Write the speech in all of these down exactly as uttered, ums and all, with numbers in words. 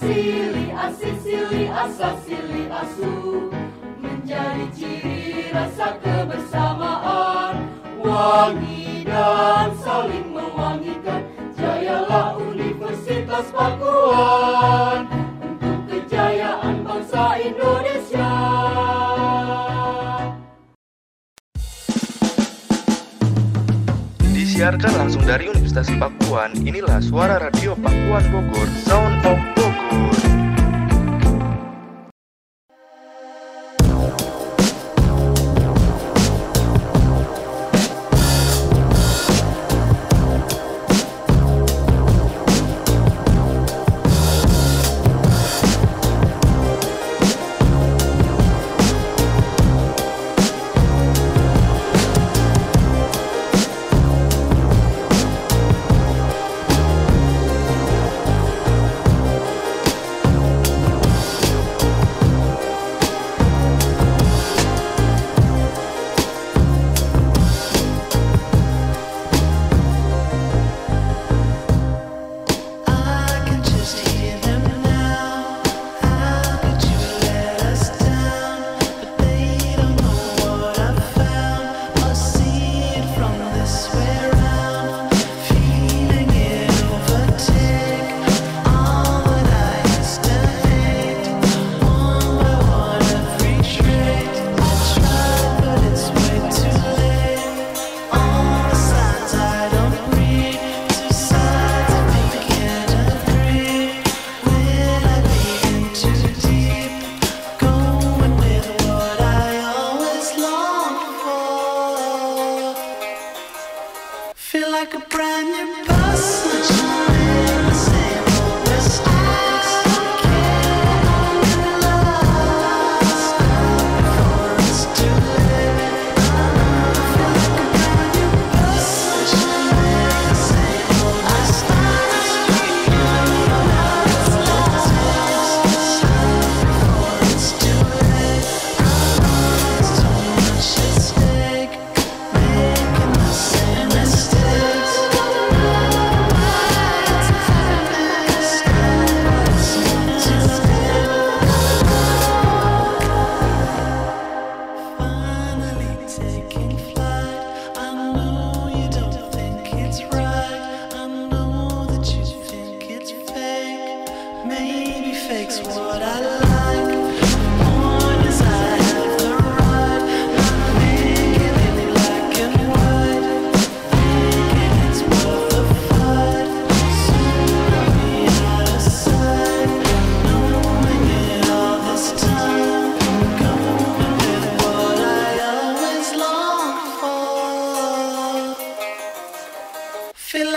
Asili, asili, asasili, asu menjadi ciri rasa kebersamaan, wangi dan saling mewangikan. Jayalah Universitas Pakuan untuk kejayaan bangsa Indonesia. Disiarkan langsung dari Universitas Pakuan, inilah suara radio Pakuan Bogor, Sound of Bogor.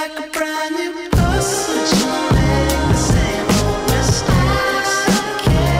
Feel like a brand new person, the same old mistakes.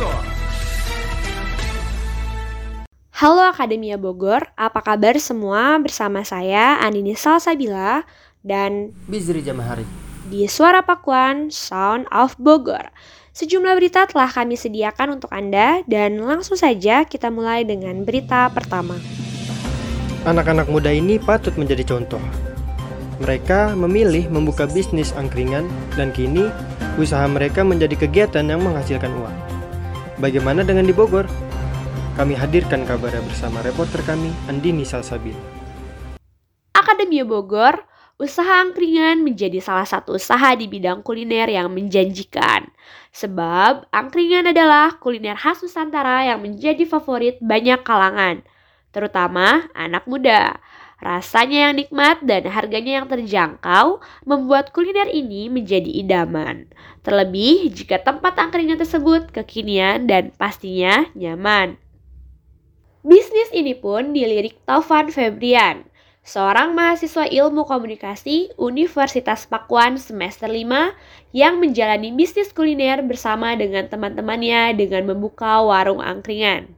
Bogor. Halo Akademia Bogor, apa kabar semua? Bersama saya Andini Salsabila dan Bizri Jamahari di Suara Pakuan Sound of Bogor. Sejumlah berita telah kami sediakan untuk Anda dan langsung saja kita mulai dengan berita pertama. Anak-anak muda ini patut menjadi contoh. Mereka memilih membuka bisnis angkringan dan kini usaha mereka menjadi kegiatan yang menghasilkan uang. Bagaimana dengan di Bogor? Kami hadirkan kabarnya bersama reporter kami Andini Salsabila. Akademia Bogor, usaha angkringan menjadi salah satu usaha di bidang kuliner yang menjanjikan. Sebab angkringan adalah kuliner khas Nusantara yang menjadi favorit banyak kalangan, terutama anak muda. Rasanya yang nikmat dan harganya yang terjangkau membuat kuliner ini menjadi idaman. Terlebih jika tempat angkringan tersebut kekinian dan pastinya nyaman. Bisnis ini pun dilirik Taufan Febrian, seorang mahasiswa ilmu komunikasi Universitas Pakuan semester lima yang menjalani bisnis kuliner bersama dengan teman-temannya dengan membuka warung angkringan.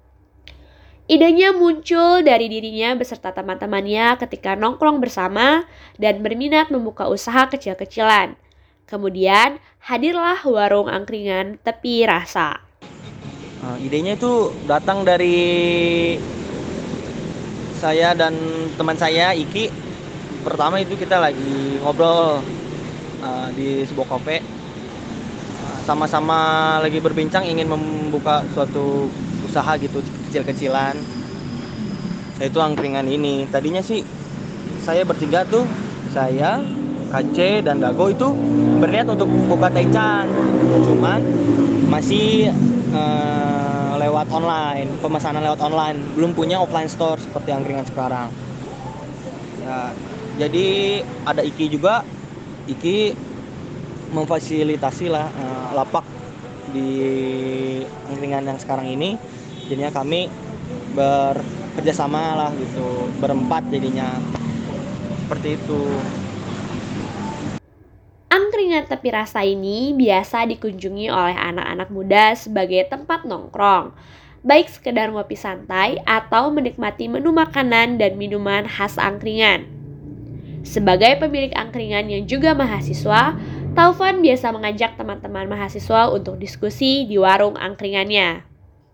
Idenya muncul dari dirinya beserta teman-temannya ketika nongkrong bersama dan berminat membuka usaha kecil-kecilan. Kemudian hadirlah warung angkringan Tepi Rasa. Nah, idenya itu datang dari saya dan teman saya Iki. Pertama itu kita lagi ngobrol uh, di sebuah kafe, uh, sama-sama lagi berbincang ingin membuka suatu usaha gitu kecil-kecilan, yaitu angkringan ini. Tadinya sih saya bertiga tuh, saya, Kace dan Dago itu berniat untuk buka taichan, cuman masih uh, lewat online, pemesanan lewat online, belum punya offline store seperti angkringan sekarang. Ya, jadi ada Iki juga, Iki memfasilitasi lah uh, lapak di angkringan yang sekarang ini. Jadinya kami bekerja sama lah gitu, berempat jadinya, seperti itu. Angkringan Tepi Rasa ini biasa dikunjungi oleh anak-anak muda sebagai tempat nongkrong, baik sekedar ngopi santai atau menikmati menu makanan dan minuman khas angkringan. Sebagai pemilik angkringan yang juga mahasiswa, Taufan biasa mengajak teman-teman mahasiswa untuk diskusi di warung angkringannya.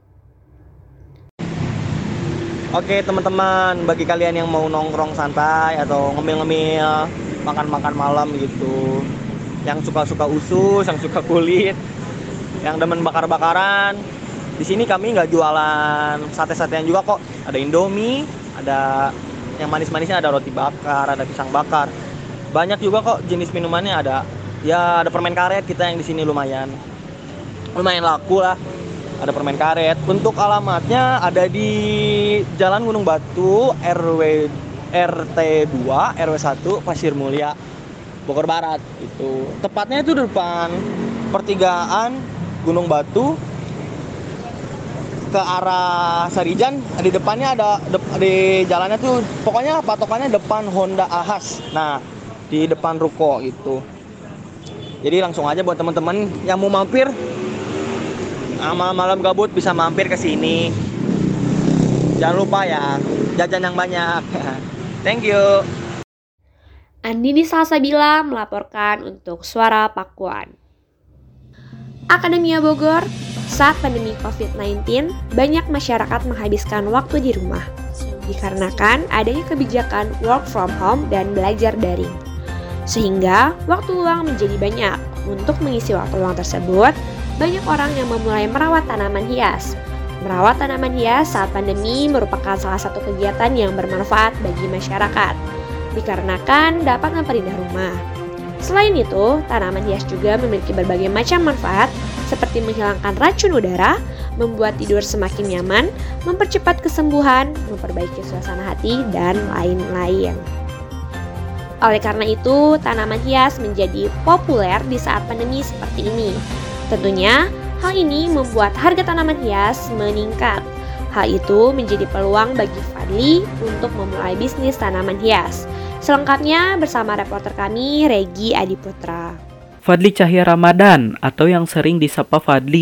Oke teman-teman, bagi kalian yang mau nongkrong santai atau ngemil-ngemil, makan-makan malam gitu, yang suka-suka usus, yang suka kulit, yang demen bakar-bakaran, di sini kami nggak jualan sate-satean juga kok. Ada Indomie, ada yang manis-manisnya, ada roti bakar, ada pisang bakar. Banyak juga kok jenis minumannya, ada ya ada permen karet kita yang di sini lumayan lumayan laku lah. Ada permen karet. Untuk alamatnya ada di Jalan Gunung Batu R W R T dua R W satu Pasir Mulia, Bogor Barat itu. Tepatnya itu di depan pertigaan Gunung Batu ke arah Sarijan. Di depannya ada di jalannya tuh pokoknya patokannya depan Honda Ahas. Nah, di depan ruko itu. Jadi langsung aja buat teman-teman yang mau mampir malam-malam gabut bisa mampir ke sini. Jangan lupa ya, jajan yang banyak. Thank you. Andini Salsabila melaporkan untuk Suara Pakuan. Akademia Bogor, saat pandemi covid sembilan belas, banyak masyarakat menghabiskan waktu di rumah dikarenakan adanya kebijakan work from home dan belajar daring. Sehingga waktu luang menjadi banyak. Untuk mengisi waktu luang tersebut, banyak orang yang memulai merawat tanaman hias. Merawat tanaman hias saat pandemi merupakan salah satu kegiatan yang bermanfaat bagi masyarakat, dikarenakan dapat memperindah rumah. Selain itu, tanaman hias juga memiliki berbagai macam manfaat seperti menghilangkan racun udara, membuat tidur semakin nyaman, mempercepat kesembuhan, memperbaiki suasana hati, dan lain-lain. Oleh karena itu, tanaman hias menjadi populer di saat pandemi seperti ini. Tentunya, hal ini membuat harga tanaman hias meningkat. Hal itu menjadi peluang bagi Fadli untuk memulai bisnis tanaman hias. Selengkapnya bersama reporter kami, Regi Adiputra. Fadli Cahya Ramadan atau yang sering disapa Fadli.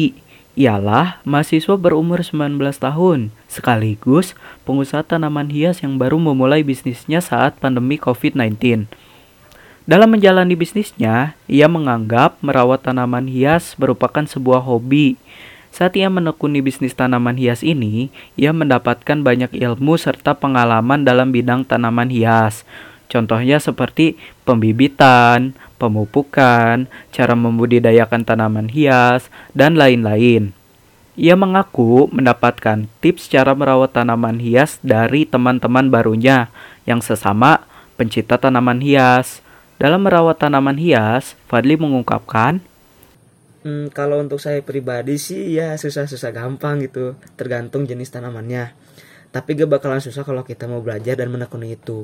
ialah mahasiswa berumur sembilan belas tahun, sekaligus pengusaha tanaman hias yang baru memulai bisnisnya saat pandemi covid sembilan belas. Dalam menjalani bisnisnya, ia menganggap merawat tanaman hias merupakan sebuah hobi. Saat ia menekuni bisnis tanaman hias ini, ia mendapatkan banyak ilmu serta pengalaman dalam bidang tanaman hias. Contohnya seperti pembibitan, pemupukan, cara membudidayakan tanaman hias, dan lain-lain. Ia mengaku mendapatkan tips cara merawat tanaman hias dari teman-teman barunya yang sesama pencinta tanaman hias. Dalam merawat tanaman hias, Fadli mengungkapkan, Hmm, kalau untuk saya pribadi sih ya susah-susah gampang gitu, tergantung jenis tanamannya. Tapi gak bakalan susah kalau kita mau belajar dan menekuni itu.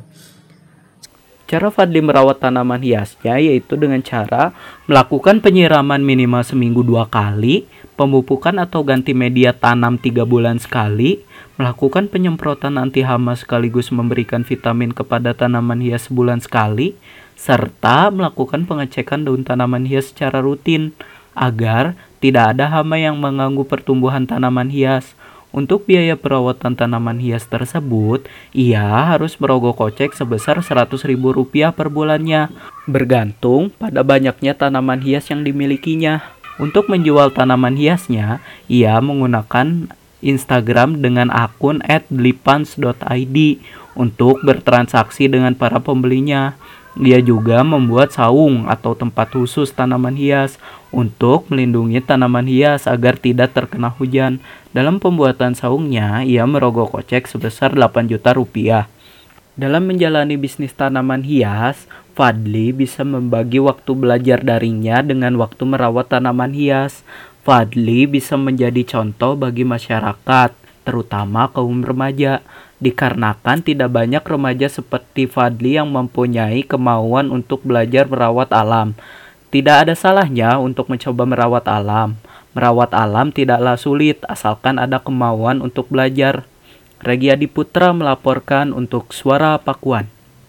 cara Fadli merawat tanaman hiasnya yaitu dengan cara melakukan penyiraman minimal seminggu dua kali, pemupukan atau ganti media tanam tiga bulan sekali, melakukan penyemprotan anti hama sekaligus memberikan vitamin kepada tanaman hias sebulan sekali, serta melakukan pengecekan daun tanaman hias secara rutin agar tidak ada hama yang mengganggu pertumbuhan tanaman hias. Untuk biaya perawatan tanaman hias tersebut, ia harus merogoh kocek sebesar seratus ribu rupiah per bulannya, bergantung pada banyaknya tanaman hias yang dimilikinya. Untuk menjual tanaman hiasnya, ia menggunakan Instagram dengan akun at blipans dot i d untuk bertransaksi dengan para pembelinya. Dia juga membuat saung atau tempat khusus tanaman hias untuk melindungi tanaman hias agar tidak terkena hujan. Dalam pembuatan saungnya, ia merogoh kocek sebesar delapan juta rupiah. Dalam menjalani bisnis tanaman hias, Fadli bisa membagi waktu belajar daringnya dengan waktu merawat tanaman hias. Fadli bisa menjadi contoh bagi masyarakat, terutama kaum remaja, dikarenakan tidak banyak remaja seperti Fadli yang mempunyai kemauan untuk belajar merawat alam. Tidak ada salahnya untuk mencoba merawat alam. Merawat alam tidaklah sulit asalkan ada kemauan untuk belajar. Regi Adi Putra melaporkan untuk Suara Pakuan.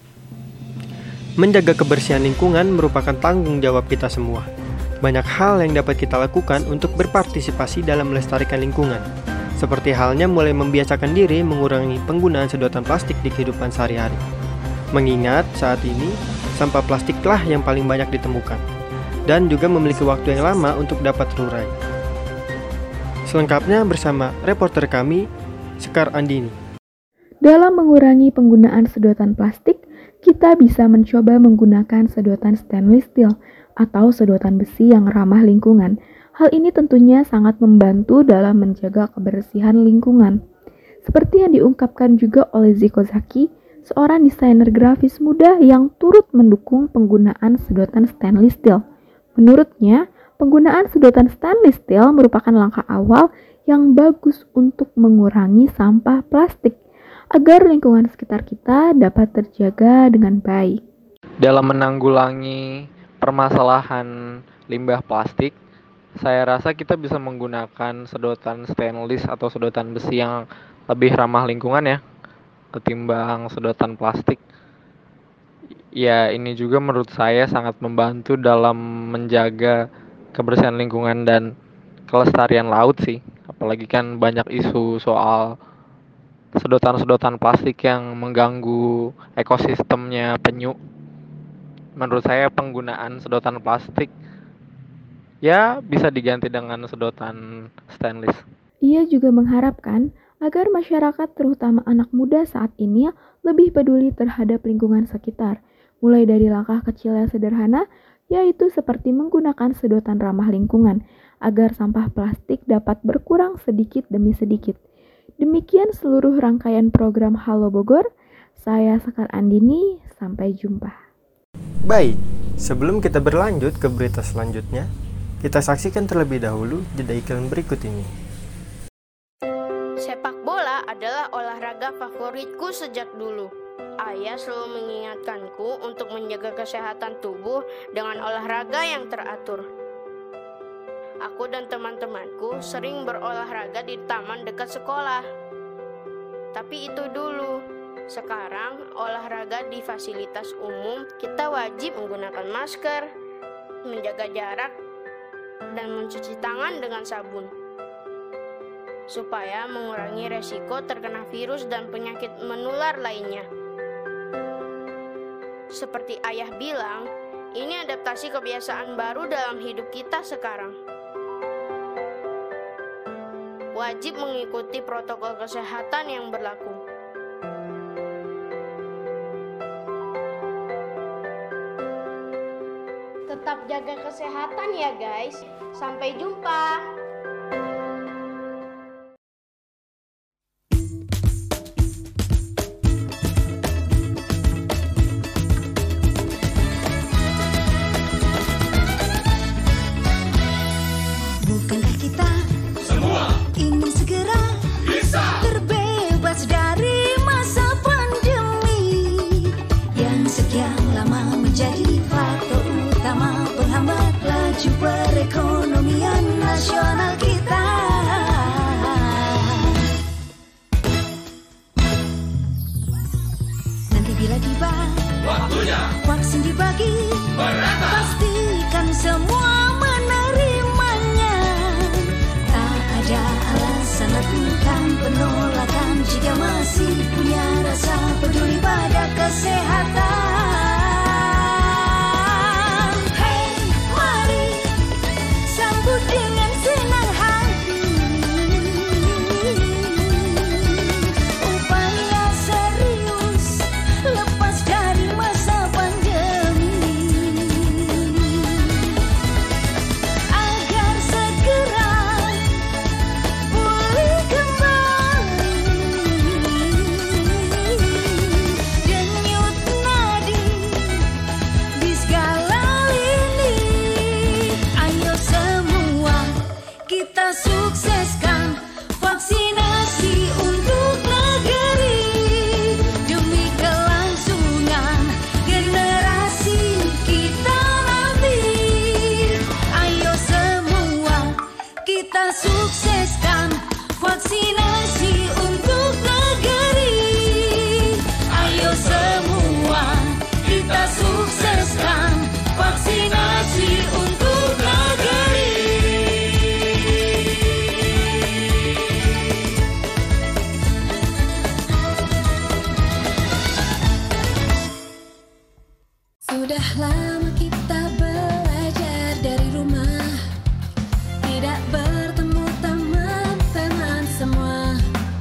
Menjaga kebersihan lingkungan merupakan tanggung jawab kita semua. Banyak hal yang dapat kita lakukan untuk berpartisipasi dalam melestarikan lingkungan. Seperti halnya mulai membiasakan diri mengurangi penggunaan sedotan plastik di kehidupan sehari-hari. Mengingat saat ini, sampah plastiklah yang paling banyak ditemukan, dan juga memiliki waktu yang lama untuk dapat terurai. Selengkapnya bersama reporter kami, Sekar Andini. Dalam mengurangi penggunaan sedotan plastik, kita bisa mencoba menggunakan sedotan stainless steel atau sedotan besi yang ramah lingkungan. Hal ini tentunya sangat membantu dalam menjaga kebersihan lingkungan. Seperti yang diungkapkan juga oleh Ziko Zaki, seorang desainer grafis muda yang turut mendukung penggunaan sedotan stainless steel. Menurutnya, penggunaan sedotan stainless steel merupakan langkah awal yang bagus untuk mengurangi sampah plastik agar lingkungan sekitar kita dapat terjaga dengan baik. Dalam menanggulangi permasalahan limbah plastik, saya rasa kita bisa menggunakan sedotan stainless atau sedotan besi yang lebih ramah lingkungan ya, ketimbang sedotan plastik. Ya, ini juga menurut saya sangat membantu dalam menjaga kebersihan lingkungan dan kelestarian laut sih. Apalagi kan banyak isu soal sedotan-sedotan plastik yang mengganggu ekosistemnya penyu. Menurut saya penggunaan sedotan plastik ya bisa diganti dengan sedotan stainless. Ia juga mengharapkan agar masyarakat terutama anak muda saat ini lebih peduli terhadap lingkungan sekitar. Mulai dari langkah kecil yang sederhana, yaitu seperti menggunakan sedotan ramah lingkungan, agar sampah plastik dapat berkurang sedikit demi sedikit. Demikian seluruh rangkaian program Halo Bogor. Saya Sekar Andini, sampai jumpa. Baik, sebelum kita berlanjut ke berita selanjutnya, kita saksikan terlebih dahulu jeda iklan berikut ini. Sepak bola adalah olahraga favoritku sejak dulu. Ayah selalu mengingatkanku untuk menjaga kesehatan tubuh dengan olahraga yang teratur. Aku dan teman-temanku sering berolahraga di taman dekat sekolah. Tapi itu dulu. Sekarang olahraga di fasilitas umum kita wajib menggunakan masker, menjaga jarak, dan mencuci tangan dengan sabun. supaya mengurangi resiko terkena virus dan penyakit menular lainnya. Seperti ayah bilang, ini adaptasi kebiasaan baru dalam hidup kita sekarang. Wajib mengikuti protokol kesehatan yang berlaku. Tetap jaga kesehatan ya guys. Sampai jumpa. Bukankah kita semua ingin segera bisa terbebas dari masa pandemi yang sekian lama menjadi faktor utama penghambat laju perekonomian nasional kita. Nanti bila tiba waktunya vaksin dibagi, pastikan semua menerimanya. Tak ada alasan lakukan penolakan jika masih punya rasa peduli pada kesehatan. Hey, mari sambut dengan senang hati upaya serius lepas dari masa pandemi, agar segera pulih kembali denyut nadi di segala lini. Ayo semua kita sukseskan vaksinasi untuk negeri demi kelangsungan generasi kita nanti. Ayo semua kita sukseskan vaksinasi untuk negeri. Ayo semua kita sukseskan vaksinasi untuk negeri. Sudah lama kita belajar dari rumah, tidak bertemu teman-teman semua.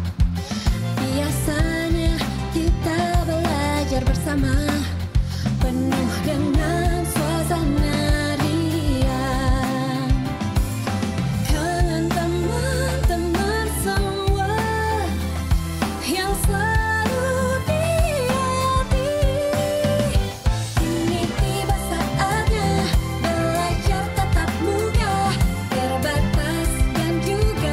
Biasanya kita belajar bersama, penuh dengan suasana riang. Kangen teman-teman semua yang selalu di hati. Kini tiba saatnya belajar tatap muka, terbatas dan juga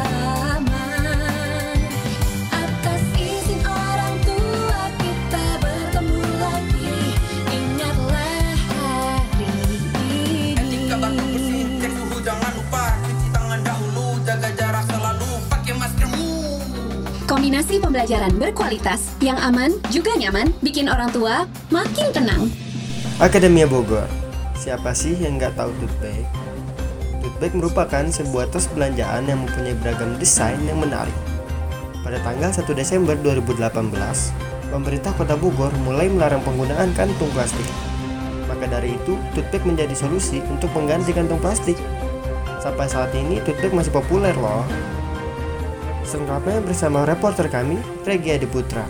aman. Atas izin orang tua kita bertemu lagi. Ingatlah hari ini. Etika baku bersihin, cek suhu jangan lupa. Cuci tangan dahulu, jaga jarak selalu, pakai maskermu. Kombinasi pembelajaran berkualitas yang aman juga nyaman bikin orang tua makin tenang. Akademia Bogor. Siapa sih yang nggak tahu tote bag? Tote bag merupakan sebuah tas belanjaan yang mempunyai beragam desain yang menarik. Pada tanggal satu Desember dua ribu delapan belas, pemerintah Kota Bogor mulai melarang penggunaan kantung plastik. Maka dari itu, tote bag menjadi solusi untuk mengganti kantung plastik. Sampai saat ini, tote bag masih populer loh. Selengkapnya bersama reporter kami, Regi Adiputra.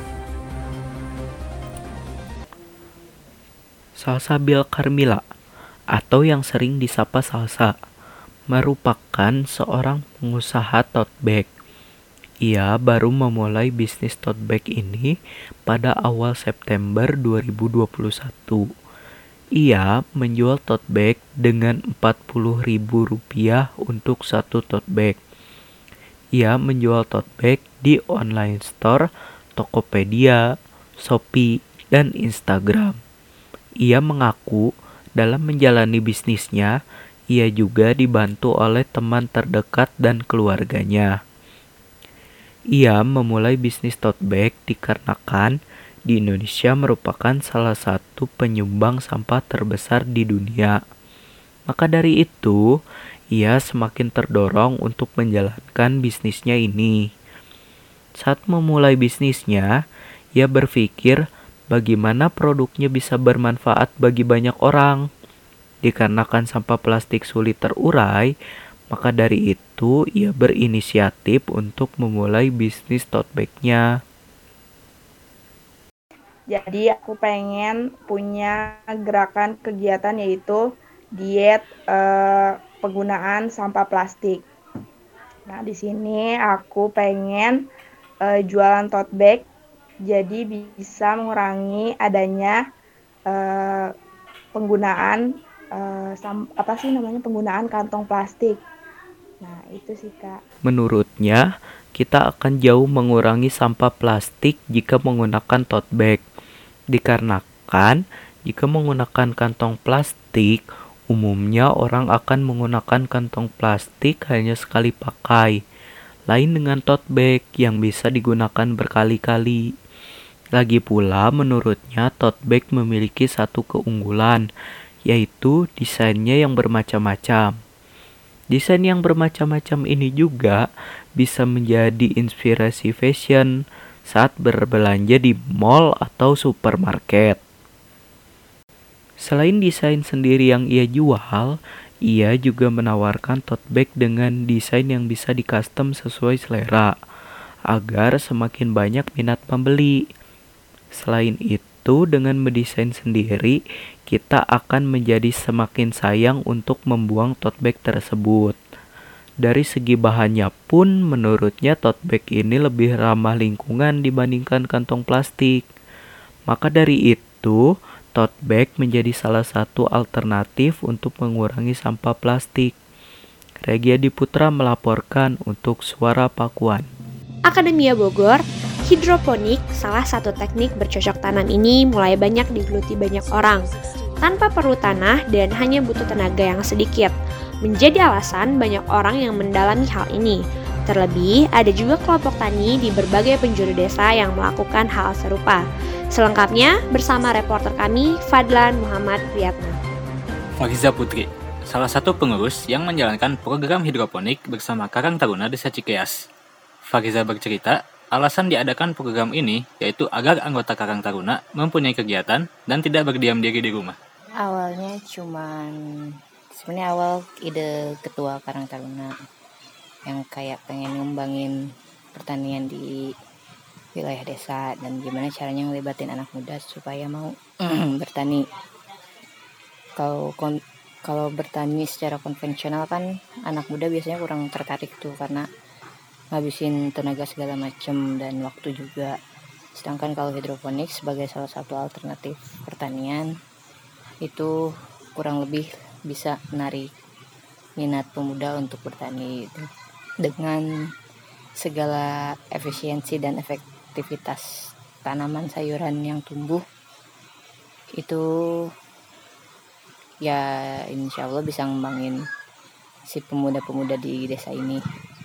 Salsabil Carmila, atau yang sering disapa Salsa, merupakan seorang pengusaha tote bag. Ia baru memulai bisnis tote bag ini pada awal September dua ribu dua puluh satu. Ia menjual tote bag dengan empat puluh ribu rupiah untuk satu tote bag. Ia menjual tote bag di online store Tokopedia, Shopee, dan Instagram. Ia mengaku dalam menjalani bisnisnya, ia juga dibantu oleh teman terdekat dan keluarganya. Ia memulai bisnis tote bag dikarenakan di Indonesia merupakan salah satu penyumbang sampah terbesar di dunia. Maka dari itu, ia semakin terdorong untuk menjalankan bisnisnya ini. Saat memulai bisnisnya, ia berpikir bagaimana produknya bisa bermanfaat bagi banyak orang. Dikarenakan sampah plastik sulit terurai, maka dari itu ia berinisiatif untuk memulai bisnis tote bag-nya. Jadi aku pengen punya gerakan kegiatan yaitu diet eh, penggunaan sampah plastik. Nah, di sini aku pengen eh, jualan tote bag, jadi bisa mengurangi adanya eh, penggunaan eh, sam- apa sih namanya penggunaan kantong plastik. Nah, itu sih, Kak. Menurutnya, kita akan jauh mengurangi sampah plastik jika menggunakan tote bag. Dikarenakan, jika menggunakan kantong plastik, umumnya orang akan menggunakan kantong plastik hanya sekali pakai. Lain dengan tote bag yang bisa digunakan berkali-kali. Lagi pula, menurutnya tote bag memiliki satu keunggulan, yaitu desainnya yang bermacam-macam. Desain yang bermacam-macam ini juga bisa menjadi inspirasi fashion saat berbelanja di mall atau supermarket. Selain desain sendiri yang ia jual, ia juga menawarkan tote bag dengan desain yang bisa di-custom sesuai selera, agar semakin banyak minat pembeli. Selain itu, dengan mendesain sendiri, kita akan menjadi semakin sayang untuk membuang tote bag tersebut. Dari segi bahannya pun, menurutnya tote bag ini lebih ramah lingkungan dibandingkan kantong plastik. Maka dari itu, tote bag menjadi salah satu alternatif untuk mengurangi sampah plastik. Regia Diputra melaporkan untuk Suara Pakuan. Akademia Bogor, hidroponik, salah satu teknik bercocok tanam ini mulai banyak digeluti banyak orang, tanpa perlu tanah dan hanya butuh tenaga yang sedikit. Menjadi alasan banyak orang yang mendalami hal ini. Terlebih, ada juga kelompok tani di berbagai penjuru desa yang melakukan hal serupa. Selengkapnya bersama reporter kami, Fadlan Muhammad Priyatna. Fariza Putri, salah satu pengurus yang menjalankan program hidroponik bersama Karang Taruna Desa Cikeas. Fariza bercerita, alasan diadakan program ini yaitu agar anggota Karang Taruna mempunyai kegiatan dan tidak berdiam diri di rumah. Awalnya cuman sebenarnya awal ide ketua Karang Taruna yang kayak pengen ngembangin pertanian di wilayah desa dan gimana caranya ngelibatin anak muda supaya mau bertani. Kalau kon- kalau bertani secara konvensional kan anak muda biasanya kurang tertarik tuh karena ngabisin tenaga segala macam dan waktu juga. Sedangkan kalau hidroponik sebagai salah satu alternatif pertanian itu kurang lebih bisa menarik minat pemuda untuk bertani itu. Dengan segala efisiensi dan efektivitas tanaman sayuran yang tumbuh itu ya insya Allah bisa ngembangin si pemuda-pemuda di desa ini.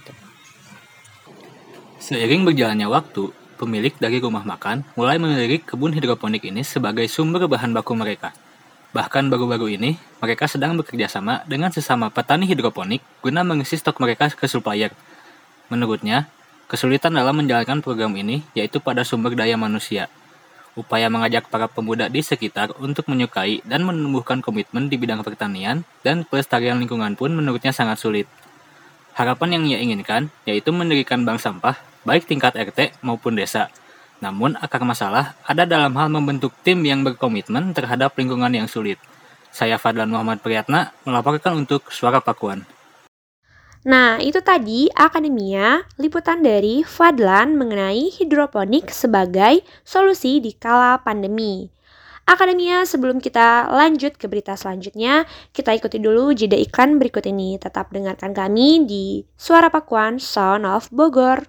Seiring berjalannya waktu, pemilik dari rumah makan mulai melirik kebun hidroponik ini sebagai sumber bahan baku mereka. Bahkan baru-baru ini, mereka sedang bekerja sama dengan sesama petani hidroponik guna mengisi stok mereka ke supplier. Menurutnya, kesulitan dalam menjalankan program ini yaitu pada sumber daya manusia. Upaya mengajak para pemuda di sekitar untuk menyukai dan menumbuhkan komitmen di bidang pertanian dan pelestarian lingkungan pun menurutnya sangat sulit. Harapan yang ia inginkan yaitu mendirikan bank sampah, baik tingkat R T maupun desa. Namun akar masalah ada dalam hal membentuk tim yang berkomitmen terhadap lingkungan yang sulit. Saya Fadlan Muhammad Priyatna melaporkan untuk Suara Pakuan. Nah, itu tadi Akademia, liputan dari Fadlan mengenai hidroponik sebagai solusi di kala pandemi. Akademia, sebelum kita lanjut ke berita selanjutnya, kita ikuti dulu jeda iklan berikut ini. Tetap dengarkan kami di Suara Pakuan Sound of Bogor.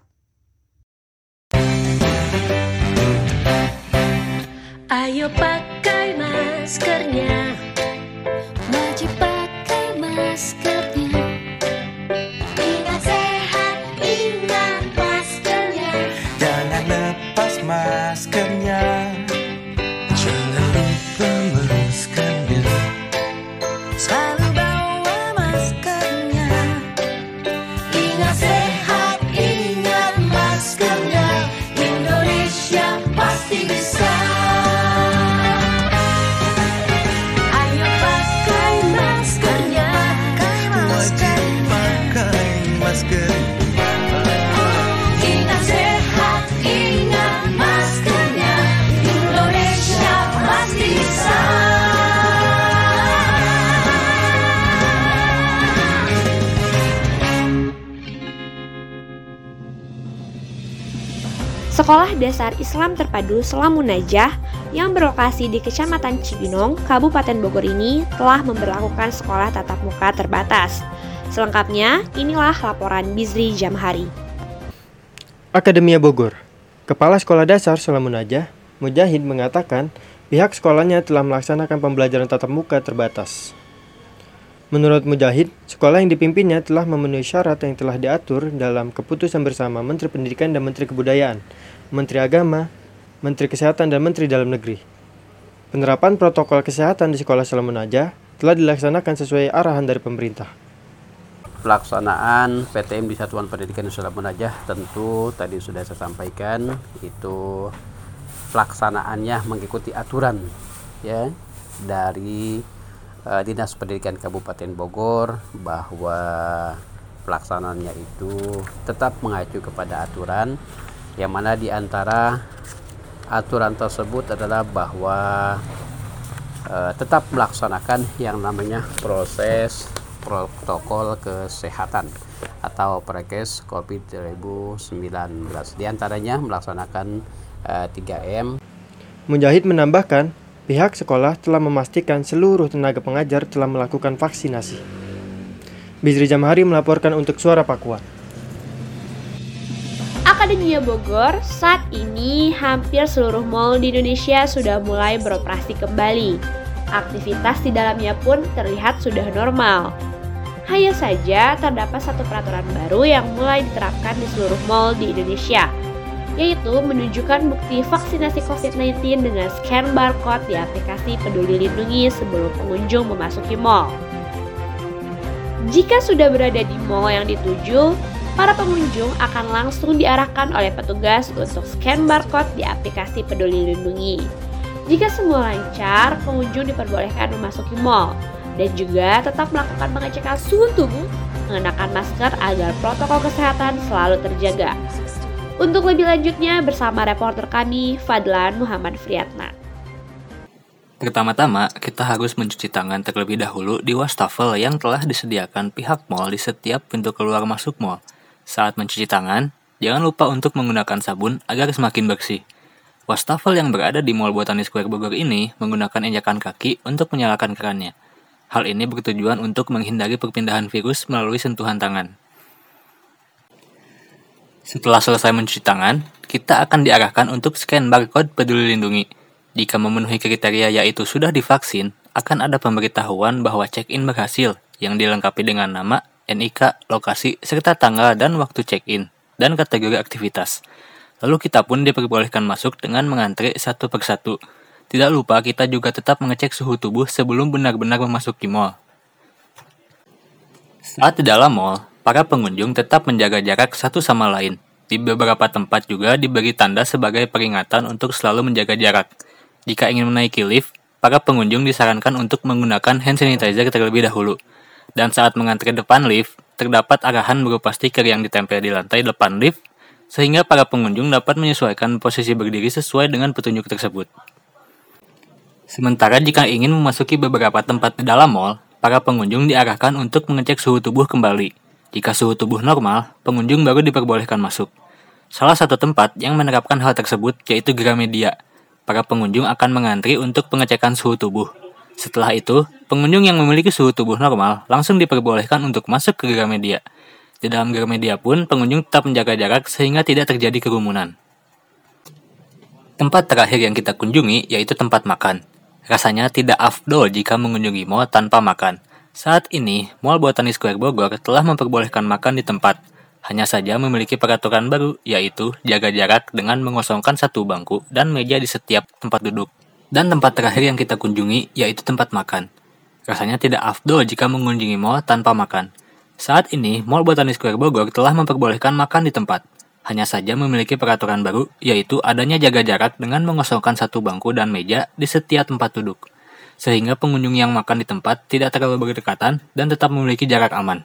Ayo pakai maskernya, wajib pakai maskernya. Ingat sehat, ingat maskernya. Jangan lepas maskernya, jangan lupa meluruskannya. Selalu bawa Sekolah Dasar Islam Terpadu Selamunajah yang berlokasi di Kecamatan Cibinong, Kabupaten Bogor ini telah memberlakukan sekolah tatap muka terbatas. Selengkapnya, inilah laporan Bizri Jamhari. Akademia Bogor. Kepala Sekolah Dasar Selamunajah, Mujahid mengatakan pihak sekolahnya telah melaksanakan pembelajaran tatap muka terbatas. Menurut Mujahid, sekolah yang dipimpinnya telah memenuhi syarat yang telah diatur dalam keputusan bersama Menteri Pendidikan dan Menteri Kebudayaan, Menteri Agama, Menteri Kesehatan dan Menteri Dalam Negeri. Penerapan protokol kesehatan di sekolah Selamunajah telah dilaksanakan sesuai arahan dari pemerintah. Pelaksanaan P T M di Satuan Pendidikan Selamunajah tentu tadi sudah saya sampaikan, itu pelaksanaannya mengikuti aturan ya dari uh, Dinas Pendidikan Kabupaten Bogor, bahwa pelaksanaannya itu tetap mengacu kepada aturan, yang mana di antara aturan tersebut adalah bahwa uh, tetap melaksanakan yang namanya proses protokol kesehatan atau Prokes COVID dua ribu sembilan belas. Di antaranya melaksanakan uh, tiga M. Mujahid menambahkan, pihak sekolah telah memastikan seluruh tenaga pengajar telah melakukan vaksinasi. Bizri Jamhari melaporkan untuk Suara Pakuan. Akademia Bogor, saat ini hampir seluruh mal di Indonesia sudah mulai beroperasi kembali. Aktivitas di dalamnya pun terlihat sudah normal. Hanya saja terdapat satu peraturan baru yang mulai diterapkan di seluruh mal di Indonesia, yaitu menunjukkan bukti vaksinasi covid sembilan belas dengan scan barcode di aplikasi Peduli Lindungi sebelum pengunjung memasuki mal. Jika sudah berada di mal yang dituju, para pengunjung akan langsung diarahkan oleh petugas untuk scan barcode di aplikasi Peduli Lindungi. Jika semua lancar, pengunjung diperbolehkan memasuki mal dan juga tetap melakukan pengecekan suhu tubuh, mengenakan masker agar protokol kesehatan selalu terjaga. Untuk lebih lanjutnya bersama reporter kami Fadlan Muhammad Friatna. Pertama-tama, kita harus mencuci tangan terlebih dahulu di wastafel yang telah disediakan pihak mal di setiap pintu keluar masuk mal. Saat mencuci tangan, jangan lupa untuk menggunakan sabun agar semakin bersih. Wastafel yang berada di Mall Botani Square Bogor ini menggunakan injakan kaki untuk menyalakan kerannya. Hal ini bertujuan untuk menghindari perpindahan virus melalui sentuhan tangan. Setelah selesai mencuci tangan, kita akan diarahkan untuk scan barcode Peduli Lindungi. Jika memenuhi kriteria yaitu sudah divaksin, akan ada pemberitahuan bahwa check-in berhasil yang dilengkapi dengan nama, N I K, lokasi, serta tanggal dan waktu check-in, dan kategori aktivitas. Lalu kita pun diperbolehkan masuk dengan mengantri satu persatu. Tidak lupa kita juga tetap mengecek suhu tubuh sebelum benar-benar memasuki mal. Saat di dalam mal, para pengunjung tetap menjaga jarak satu sama lain. Di beberapa tempat juga diberi tanda sebagai peringatan untuk selalu menjaga jarak. Jika ingin menaiki lift, para pengunjung disarankan untuk menggunakan hand sanitizer terlebih dahulu. Dan saat mengantri depan lift, terdapat arahan berupa stiker yang ditempel di lantai depan lift, sehingga para pengunjung dapat menyesuaikan posisi berdiri sesuai dengan petunjuk tersebut. Sementara jika ingin memasuki beberapa tempat di dalam mal, para pengunjung diarahkan untuk mengecek suhu tubuh kembali. Jika suhu tubuh normal, pengunjung baru diperbolehkan masuk. Salah satu tempat yang menerapkan hal tersebut yaitu Gramedia. Para pengunjung akan mengantri untuk pengecekan suhu tubuh. Setelah itu, pengunjung yang memiliki suhu tubuh normal langsung diperbolehkan untuk masuk ke Gramedia. Di dalam Gramedia pun, pengunjung tetap menjaga jarak sehingga tidak terjadi kerumunan. Tempat terakhir yang kita kunjungi yaitu tempat makan. Rasanya tidak afdol jika mengunjungi mal tanpa makan. Saat ini, Mall Botani Square Bogor telah memperbolehkan makan di tempat. Hanya saja memiliki peraturan baru, yaitu jaga jarak dengan mengosongkan satu bangku dan meja di setiap tempat duduk. Dan tempat terakhir yang kita kunjungi yaitu tempat makan. Rasanya tidak afdol jika mengunjungi mal tanpa makan. Saat ini, Mall Botani Square Bogor telah memperbolehkan makan di tempat. Hanya saja memiliki peraturan baru, yaitu adanya jaga jarak dengan mengosongkan satu bangku dan meja di setiap tempat duduk, sehingga pengunjung yang makan di tempat tidak terlalu berdekatan dan tetap memiliki jarak aman.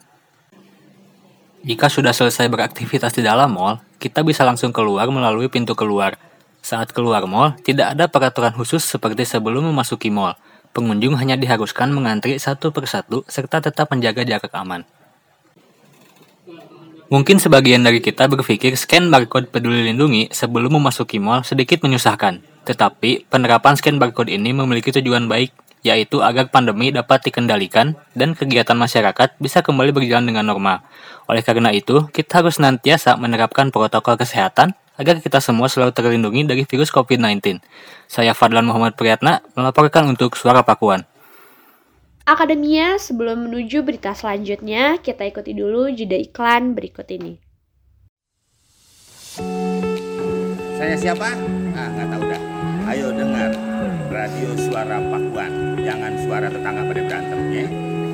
Jika sudah selesai beraktivitas di dalam mal, kita bisa langsung keluar melalui pintu keluar. Saat keluar mal, tidak ada peraturan khusus seperti sebelum memasuki mal. Pengunjung hanya diharuskan mengantri satu persatu serta tetap menjaga jarak aman. Mungkin sebagian dari kita berpikir scan barcode Peduli Lindungi sebelum memasuki mal sedikit menyusahkan. Tetapi, penerapan scan barcode ini memiliki tujuan baik, yaitu agar pandemi dapat dikendalikan dan kegiatan masyarakat bisa kembali berjalan dengan normal. Oleh karena itu, kita harus senantiasa menerapkan protokol kesehatan agar kita semua selalu terlindungi dari virus covid sembilan belas. Saya Fadlan Muhammad Priyatna, melaporkan untuk Suara Pakuan. Akademia, sebelum menuju berita selanjutnya, kita ikuti dulu jeda iklan berikut ini. Saya siapa? Ah, nggak tahu dah. Ayo dengar radio Suara Pakuan. Jangan suara tetangga pada berantem, ya.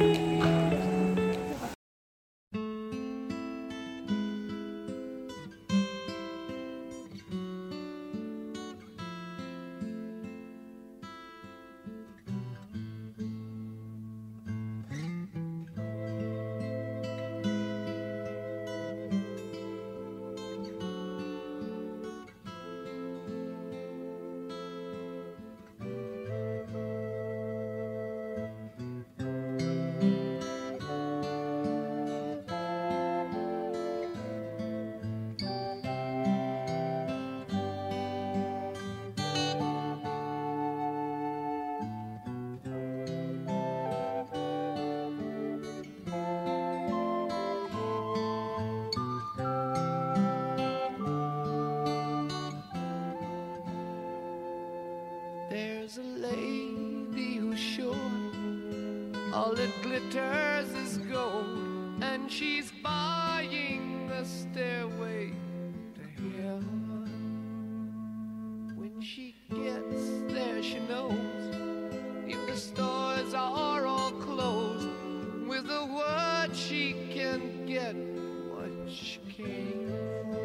There's a lady who's sure all that glitters is gold, and she's buying a stairway to heaven. When she gets there, she knows if the stores are all closed, with a word she can get what she came for.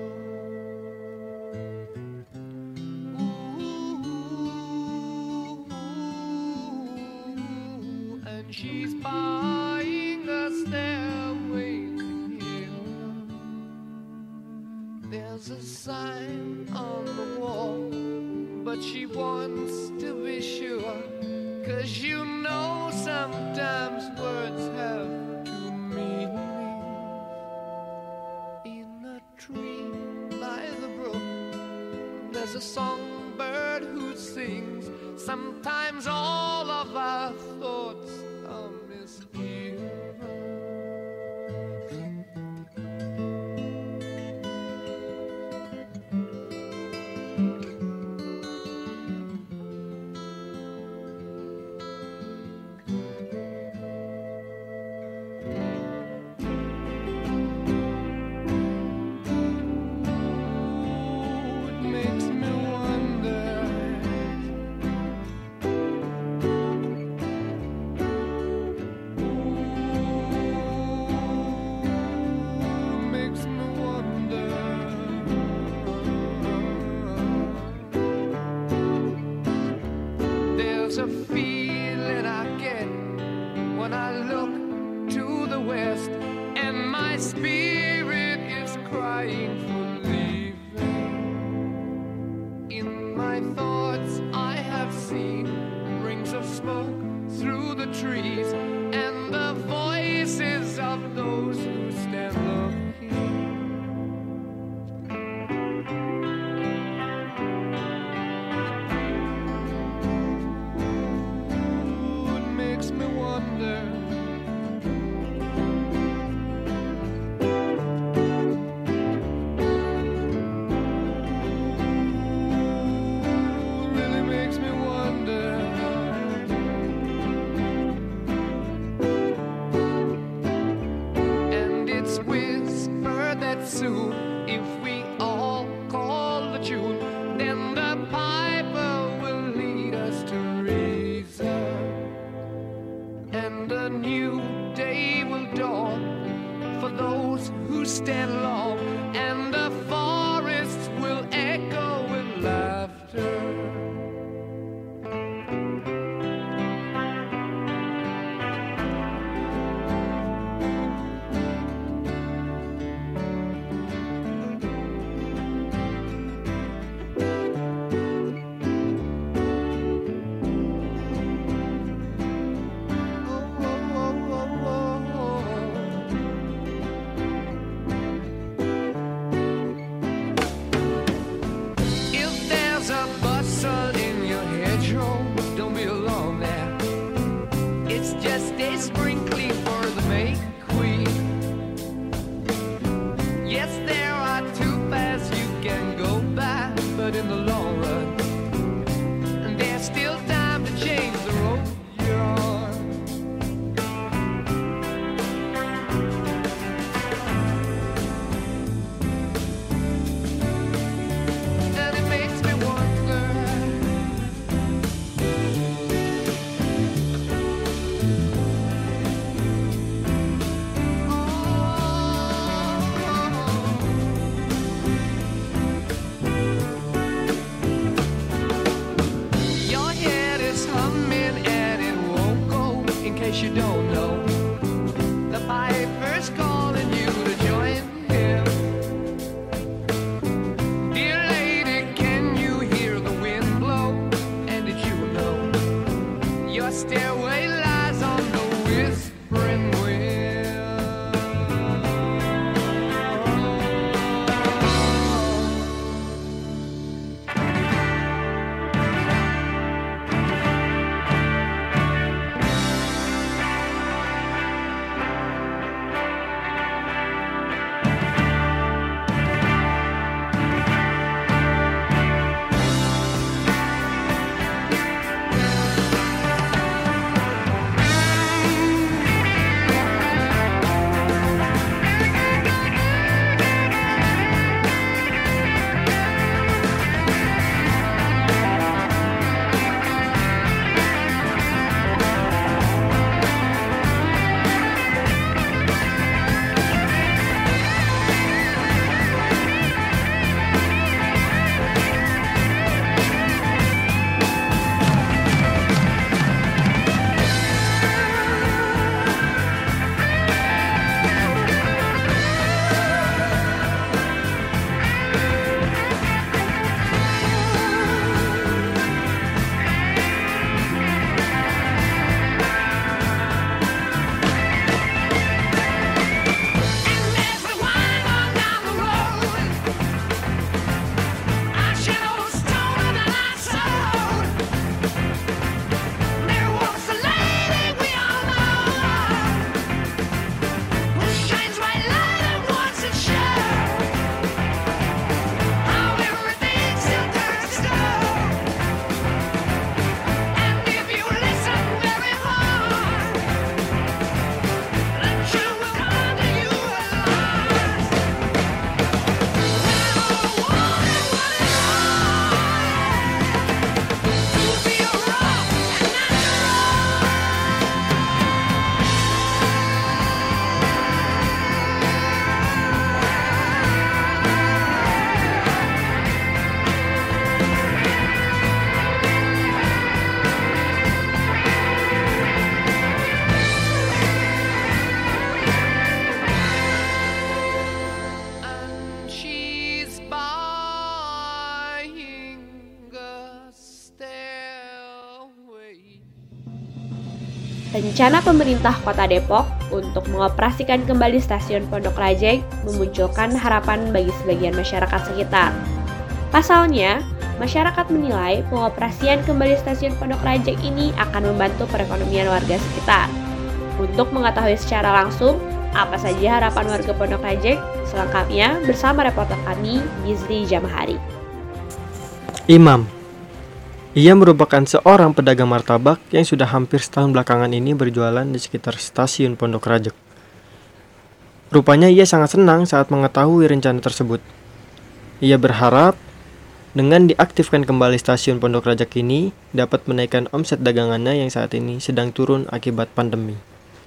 She's buying a stairway to heaven. There's a sign on the wall, but she wants to be sure, 'cause you know sometimes words have two meanings. In a tree by the brook, there's a songbird who sings. Sometimes all of our thoughts are misgiven. There's a feeling I get when I look to the west, and my spirit is crying for leaving. In my thoughts I have seen rings of smoke through the trees, and the voices of those who stand looking. Soon, if we all call the tune, then the piper will lead us to reason, and a new day will dawn for those who stand long, and the forests will echo with laughter. and when. Rencana pemerintah Kota Depok untuk mengoperasikan kembali stasiun Pondok Rajek memunculkan harapan bagi sebagian masyarakat sekitar. Pasalnya, masyarakat menilai pengoperasian kembali stasiun Pondok Rajek ini akan membantu perekonomian warga sekitar. Untuk mengetahui secara langsung apa saja harapan warga Pondok Rajek, selengkapnya bersama reporter kami, Gizri Jamahari. Imam. Ia merupakan seorang pedagang martabak yang sudah hampir setahun belakangan ini berjualan di sekitar stasiun Pondok Rajek. Rupanya ia sangat senang saat mengetahui rencana tersebut. Ia berharap dengan diaktifkan kembali stasiun Pondok Rajek ini dapat menaikkan omset dagangannya yang saat ini sedang turun akibat pandemi.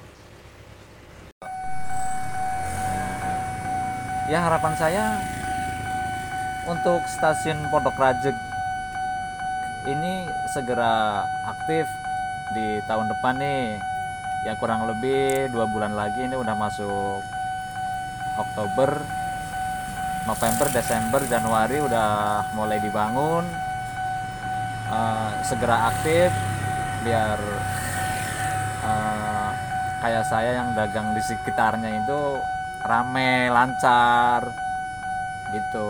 Ya, harapan saya untuk stasiun Pondok Rajek ini segera aktif di tahun depan nih. Ya kurang lebih dua bulan lagi, ini udah masuk Oktober, November, Desember, Januari udah mulai dibangun. Uh, segera aktif biar uh, kayak saya yang dagang di sekitarnya itu rame, lancar gitu.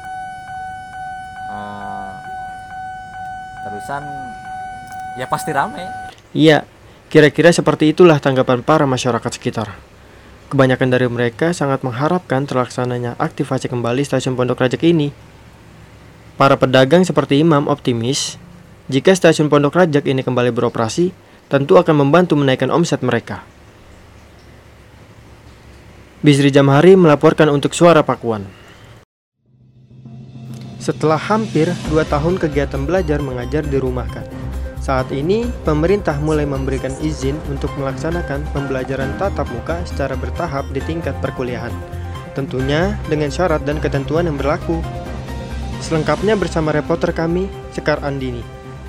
Uh, terusan ya pasti rame. Iya, kira-kira seperti itulah tanggapan para masyarakat sekitar. Kebanyakan dari mereka sangat mengharapkan terlaksananya aktivasi kembali stasiun Pondok Rajek ini. Para pedagang seperti Imam optimis, jika stasiun Pondok Rajek ini kembali beroperasi, tentu akan membantu menaikkan omset mereka. Bizri Jamhari melaporkan untuk Suara Pakuan. Setelah hampir dua tahun kegiatan belajar mengajar dirumahkan, saat ini pemerintah mulai memberikan izin untuk melaksanakan pembelajaran tatap muka secara bertahap di tingkat perkuliahan, tentunya dengan syarat dan ketentuan yang berlaku. Selengkapnya bersama reporter kami, Sekar Andini.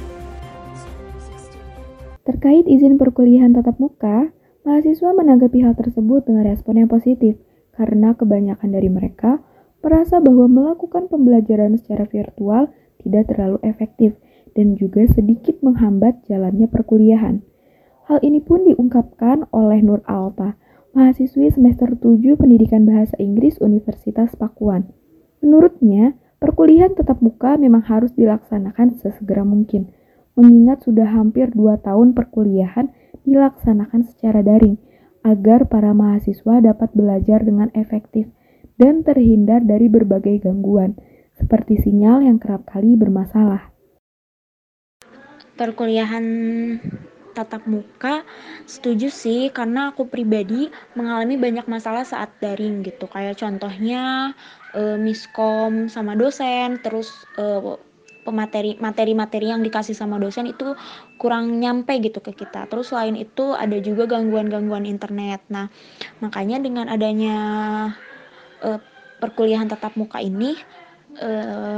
Terkait izin perkuliahan tatap muka, mahasiswa menanggapi hal tersebut dengan respon yang positif, karena kebanyakan dari mereka merasa bahwa melakukan pembelajaran secara virtual tidak terlalu efektif dan juga sedikit menghambat jalannya perkuliahan. Hal ini pun diungkapkan oleh Nur Alta, mahasiswi semester tujuh Pendidikan Bahasa Inggris Universitas Pakuan. Menurutnya, perkuliahan tatap muka memang harus dilaksanakan sesegera mungkin, mengingat sudah hampir dua tahun perkuliahan dilaksanakan secara daring, agar para mahasiswa dapat belajar dengan efektif dan terhindar dari berbagai gangguan, seperti sinyal yang kerap kali bermasalah. Perkuliahan tatap muka setuju sih, karena aku pribadi mengalami banyak masalah saat daring gitu, kayak contohnya e, miskom sama dosen, terus e, pemateri materi-materi yang dikasih sama dosen itu kurang nyampe gitu ke kita. Terus selain itu ada juga gangguan-gangguan internet. Nah, makanya dengan adanya e, perkuliahan tatap muka ini e,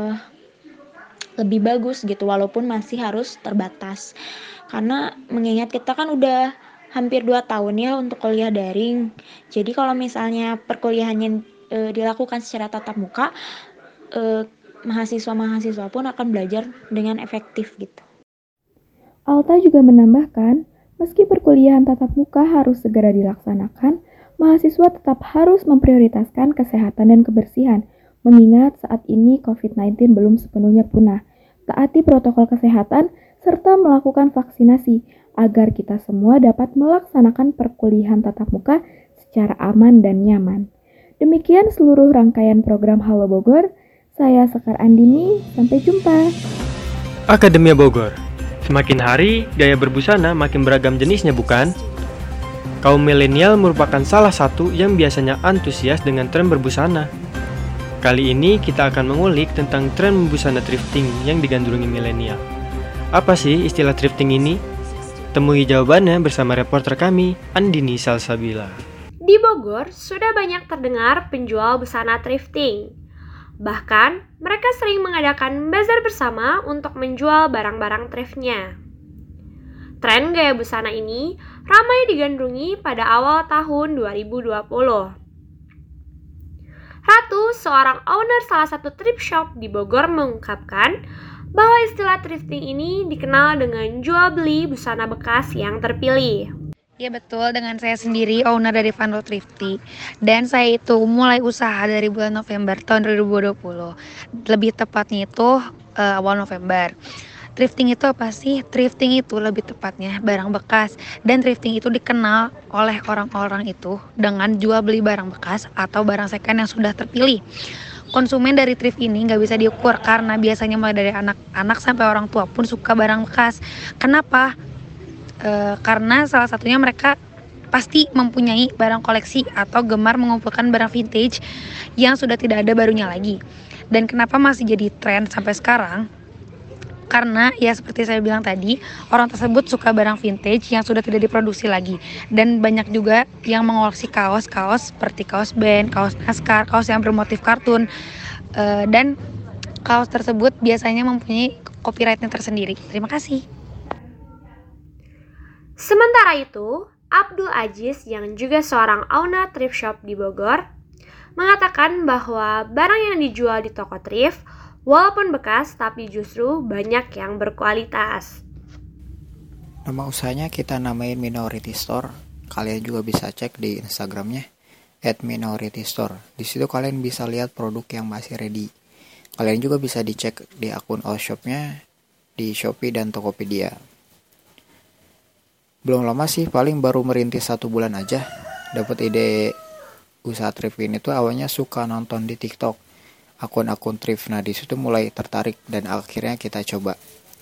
lebih bagus gitu, walaupun masih harus terbatas. Karena mengingat kita kan udah hampir dua tahun ya untuk kuliah daring. Jadi kalau misalnya perkuliahannya e, dilakukan secara tatap muka, e, mahasiswa-mahasiswa pun akan belajar dengan efektif gitu. Alta juga menambahkan, meski perkuliahan tatap muka harus segera dilaksanakan, mahasiswa tetap harus memprioritaskan kesehatan dan kebersihan, mengingat saat ini covid sembilan belas belum sepenuhnya punah. Taati protokol kesehatan serta melakukan vaksinasi agar kita semua dapat melaksanakan perkuliahan tatap muka secara aman dan nyaman. Demikian seluruh rangkaian program Halo Bogor. Saya Sekar Andini, sampai jumpa. Akademia Bogor. Semakin hari, gaya berbusana makin beragam jenisnya bukan? Kaum milenial merupakan salah satu yang biasanya antusias dengan tren berbusana. Kali ini kita akan mengulik tentang tren busana thrifting yang digandrungi milenial. Apa sih istilah thrifting ini? Temui jawabannya bersama reporter kami, Andini Salsabila. Di Bogor, sudah banyak terdengar penjual busana thrifting. Bahkan, mereka sering mengadakan bazar bersama untuk menjual barang-barang thriftnya. Tren gaya busana ini ramai digandrungi pada awal tahun dua ribu dua puluh. Ratu, seorang owner salah satu thrift shop di Bogor, mengungkapkan bahwa istilah thrifting ini dikenal dengan jual beli busana bekas yang terpilih. Ya betul, dengan saya sendiri owner dari Vandal Thrifty, dan saya itu mulai usaha dari bulan November tahun dua ribu dua puluh. Lebih tepatnya itu uh, awal November. Thrifting itu apa sih? Thrifting itu lebih tepatnya barang bekas, dan thrifting itu dikenal oleh orang-orang itu dengan jual beli barang bekas atau barang second yang sudah terpilih. Konsumen dari thrift ini nggak bisa diukur karena biasanya mulai dari anak-anak sampai orang tua pun suka barang bekas. Kenapa? E, karena salah satunya mereka pasti mempunyai barang koleksi atau gemar mengumpulkan barang vintage yang sudah tidak ada barunya lagi. Dan kenapa masih jadi tren sampai sekarang? Karena ya seperti saya bilang tadi, orang tersebut suka barang vintage yang sudah tidak diproduksi lagi. Dan banyak juga yang mengoleksi kaos-kaos seperti kaos band, kaos NASCAR, kaos yang bermotif kartun. E, dan kaos tersebut biasanya mempunyai copyright-nya tersendiri. Terima kasih. Sementara itu, Abdul Aziz yang juga seorang owner thrift shop di Bogor mengatakan bahwa barang yang dijual di toko thrift walaupun bekas, tapi justru banyak yang berkualitas. Nama usahanya kita namain Minority Store. Kalian juga bisa cek di Instagramnya at minority store. Di situ kalian bisa lihat produk yang masih ready. Kalian juga bisa dicek di akun all shopnya di Shopee dan Tokopedia. Belum lama sih, paling baru merintis satu bulan aja. Dapat ide usaha thrift ini tuh awalnya suka nonton di TikTok akun-akun thrift. Nah di situ mulai tertarik dan akhirnya kita coba.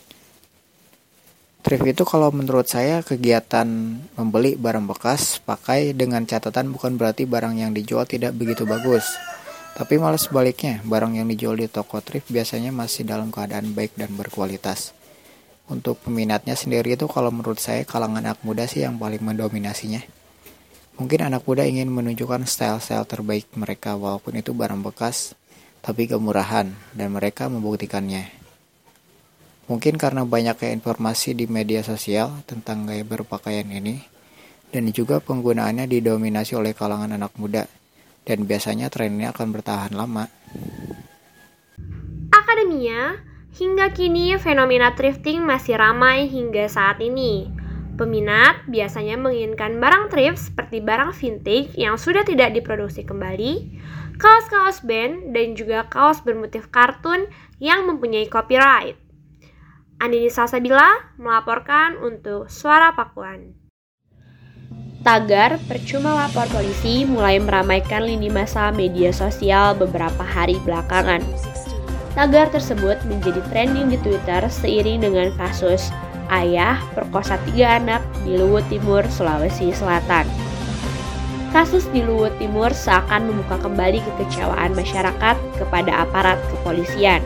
Thrift itu kalau menurut saya kegiatan membeli barang bekas pakai dengan catatan bukan berarti barang yang dijual tidak begitu bagus. Tapi malah sebaliknya, barang yang dijual di toko thrift biasanya masih dalam keadaan baik dan berkualitas. Untuk peminatnya sendiri itu kalau menurut saya kalangan anak muda sih yang paling mendominasinya. Mungkin anak muda ingin menunjukkan style-style terbaik mereka walaupun itu barang bekas, tapi kemurahan, dan mereka membuktikannya. Mungkin karena banyaknya informasi di media sosial tentang gaya berpakaian ini, dan juga penggunaannya didominasi oleh kalangan anak muda, dan biasanya tren ini akan bertahan lama. Akademia, hingga kini fenomena thrifting masih ramai hingga saat ini. Peminat biasanya menginginkan barang thrift seperti barang vintage yang sudah tidak diproduksi kembali, kaos-kaos band, dan juga kaos bermotif kartun yang mempunyai copyright. Andini Salsabila melaporkan untuk Suara Pakuan. Tagar percuma lapor polisi mulai meramaikan lini masa media sosial beberapa hari belakangan. Tagar tersebut menjadi trending di Twitter seiring dengan kasus ayah perkosa tiga anak di Luwut Timur, Sulawesi Selatan. Kasus di Luwut Timur seakan membuka kembali kekecewaan masyarakat kepada aparat kepolisian.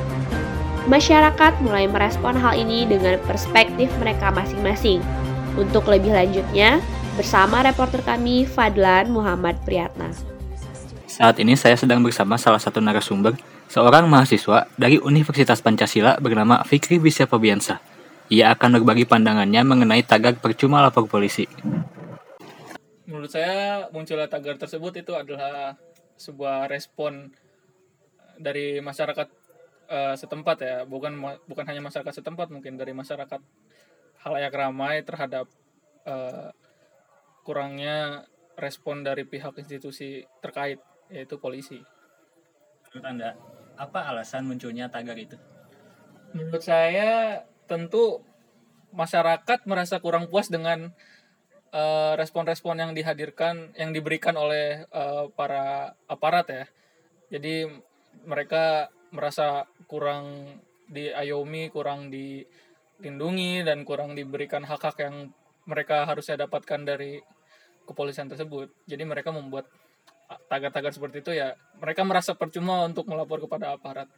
Masyarakat mulai merespon hal ini dengan perspektif mereka masing-masing. Untuk lebih lanjutnya, bersama reporter kami Fadlan Muhammad Priyatna. Saat ini saya sedang bersama salah satu narasumber, seorang mahasiswa dari Universitas Pancasila bernama Fikri Wisya Febiansyah. Ia akan berbagi pandangannya mengenai tagar percuma lapor polisi. Menurut saya munculnya tagar tersebut itu adalah sebuah respon dari masyarakat uh, setempat ya, bukan bukan hanya masyarakat setempat, mungkin dari masyarakat halayak ramai terhadap uh, kurangnya respon dari pihak institusi terkait, yaitu polisi. Menurut Anda, apa alasan munculnya tagar itu? Menurut saya tentu masyarakat merasa kurang puas dengan uh, respon-respon yang dihadirkan, yang diberikan oleh uh, para aparat ya. Jadi mereka merasa kurang diayomi, kurang dilindungi, dan kurang diberikan hak-hak yang mereka harusnya dapatkan dari kepolisian tersebut. Jadi mereka membuat tagar-tagar seperti itu ya, mereka merasa percuma untuk melapor kepada aparat.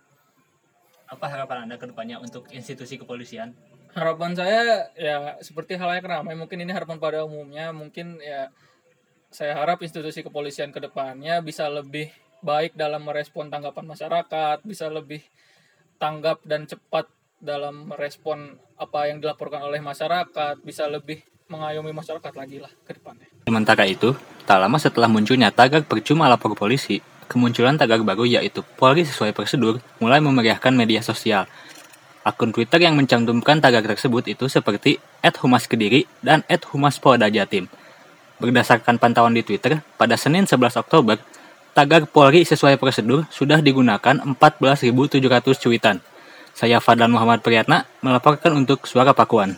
Apa harapan Anda ke depannya untuk institusi kepolisian? Harapan saya ya seperti halayak ramai, mungkin ini harapan pada umumnya, mungkin ya saya harap institusi kepolisian ke depannya bisa lebih baik dalam merespon tanggapan masyarakat, bisa lebih tanggap dan cepat dalam merespon apa yang dilaporkan oleh masyarakat, bisa lebih mengayomi masyarakat lagi lah ke depannya. Sementara itu, tak lama setelah munculnya tagar percuma lapor polisi, kemunculan tagar baru yaitu Polri sesuai prosedur mulai memeriahkan media sosial. Akun Twitter yang mencantumkan tagar tersebut itu seperti et humas kediri dan et humas polda jatim. Berdasarkan pantauan di Twitter, pada Senin sebelas Oktober, tagar Polri sesuai prosedur sudah digunakan empat belas ribu tujuh ratus cuitan. Saya Fadlan Muhammad Priyatna melaporkan untuk Suara Pakuan.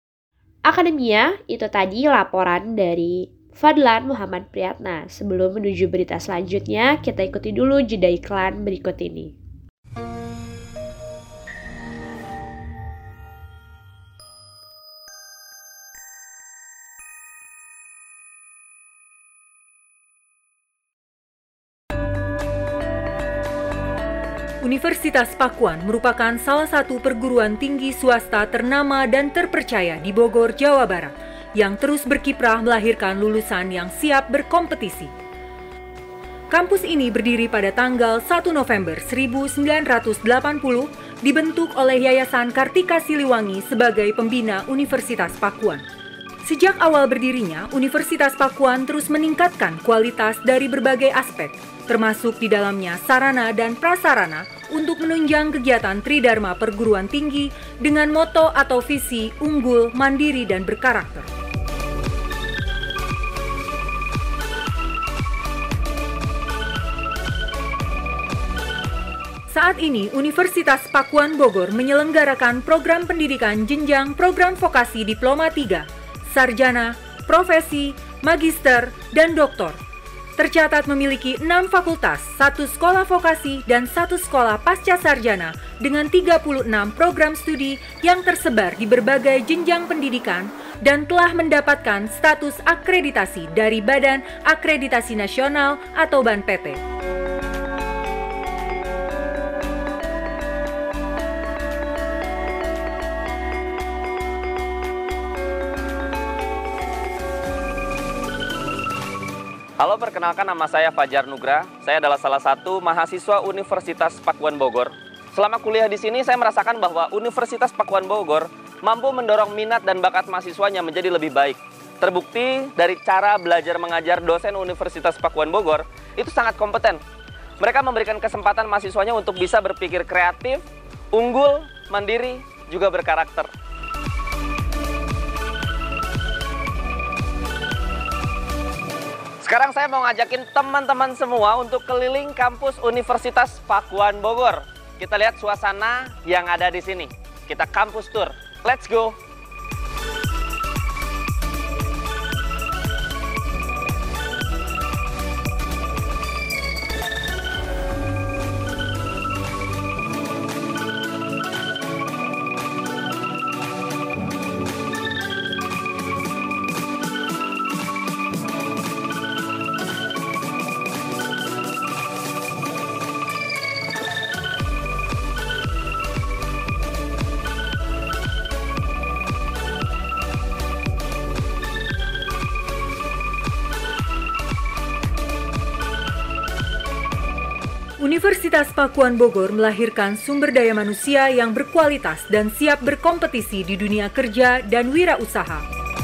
Akademia, itu tadi laporan dari Fadlan Muhammad Priyatna. Sebelum menuju berita selanjutnya, kita ikuti dulu jeda iklan berikut ini. Universitas Pakuan merupakan salah satu perguruan tinggi swasta ternama dan terpercaya di Bogor, Jawa Barat, yang terus berkiprah melahirkan lulusan yang siap berkompetisi. Kampus ini berdiri pada tanggal satu November seribu sembilan ratus delapan puluh, dibentuk oleh Yayasan Kartika Siliwangi sebagai pembina Universitas Pakuan. Sejak awal berdirinya, Universitas Pakuan terus meningkatkan kualitas dari berbagai aspek, termasuk di dalamnya sarana dan prasarana untuk menunjang kegiatan Tridharma perguruan tinggi dengan moto atau visi unggul, mandiri, dan berkarakter. Saat ini, Universitas Pakuan Bogor menyelenggarakan program pendidikan jenjang program vokasi Diploma tiga, Sarjana, Profesi, Magister, dan Doktor. Tercatat memiliki enam fakultas, satu sekolah vokasi, dan satu sekolah pasca sarjana dengan tiga puluh enam program studi yang tersebar di berbagai jenjang pendidikan dan telah mendapatkan status akreditasi dari Badan Akreditasi Nasional atau B A N P T. Halo, perkenalkan nama saya Fajar Nugra. Saya adalah salah satu mahasiswa Universitas Pakuan Bogor. Selama kuliah di sini, saya merasakan bahwa Universitas Pakuan Bogor mampu mendorong minat dan bakat mahasiswanya menjadi lebih baik. Terbukti dari cara belajar mengajar dosen Universitas Pakuan Bogor itu sangat kompeten. Mereka memberikan kesempatan mahasiswanya untuk bisa berpikir kreatif, unggul, mandiri, juga berkarakter. Sekarang saya mau ngajakin teman-teman semua untuk keliling kampus Universitas Pakuan Bogor. Kita lihat suasana yang ada di sini. Kita kampus tour. Let's go! Universitas Pakuan Bogor melahirkan sumber daya manusia yang berkualitas dan siap berkompetisi di dunia kerja dan wirausaha.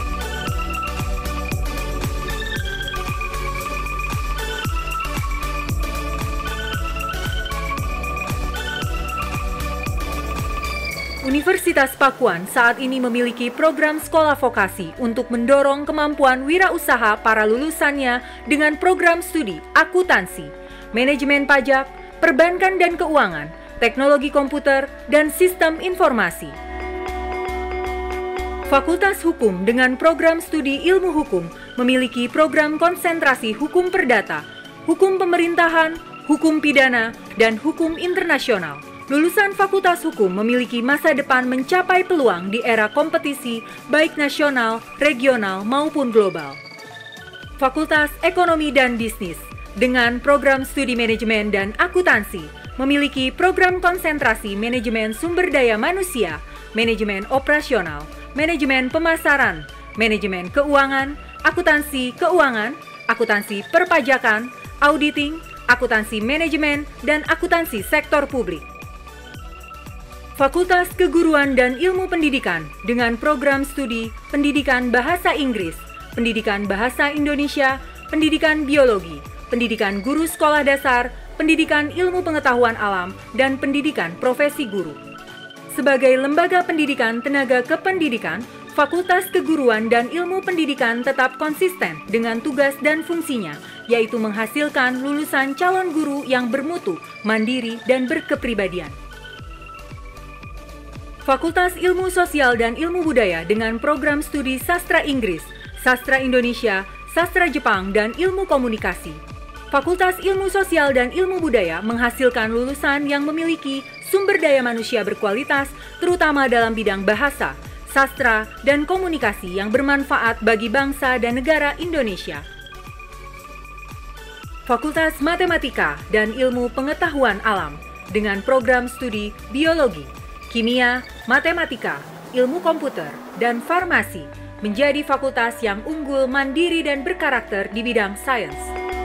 Universitas Pakuan saat ini memiliki program sekolah vokasi untuk mendorong kemampuan wirausaha para lulusannya dengan program studi akuntansi, manajemen pajak, perbankan dan keuangan, teknologi komputer, dan sistem informasi. Fakultas Hukum dengan program studi ilmu hukum memiliki program konsentrasi hukum perdata, hukum pemerintahan, hukum pidana, dan hukum internasional. Lulusan Fakultas Hukum memiliki masa depan mencapai peluang di era kompetisi baik nasional, regional, maupun global. Fakultas Ekonomi dan Bisnis dengan program studi manajemen dan akuntansi memiliki program konsentrasi manajemen sumber daya manusia, manajemen operasional, manajemen pemasaran, manajemen keuangan, akuntansi keuangan, akuntansi perpajakan, auditing, akuntansi manajemen, dan akuntansi sektor publik. Fakultas Keguruan dan Ilmu Pendidikan dengan program studi Pendidikan Bahasa Inggris, Pendidikan Bahasa Indonesia, Pendidikan Biologi, Pendidikan Guru Sekolah Dasar, Pendidikan Ilmu Pengetahuan Alam, dan Pendidikan Profesi Guru. Sebagai lembaga pendidikan tenaga kependidikan, Fakultas Keguruan dan Ilmu Pendidikan tetap konsisten dengan tugas dan fungsinya, yaitu menghasilkan lulusan calon guru yang bermutu, mandiri, dan berkepribadian. Fakultas Ilmu Sosial dan Ilmu Budaya dengan program studi Sastra Inggris, Sastra Indonesia, Sastra Jepang, dan Ilmu Komunikasi. Fakultas Ilmu Sosial dan Ilmu Budaya menghasilkan lulusan yang memiliki sumber daya manusia berkualitas, terutama dalam bidang bahasa, sastra, dan komunikasi yang bermanfaat bagi bangsa dan negara Indonesia. Fakultas Matematika dan Ilmu Pengetahuan Alam dengan program studi Biologi, Kimia, Matematika, Ilmu Komputer, dan Farmasi menjadi fakultas yang unggul, mandiri, dan berkarakter di bidang sains.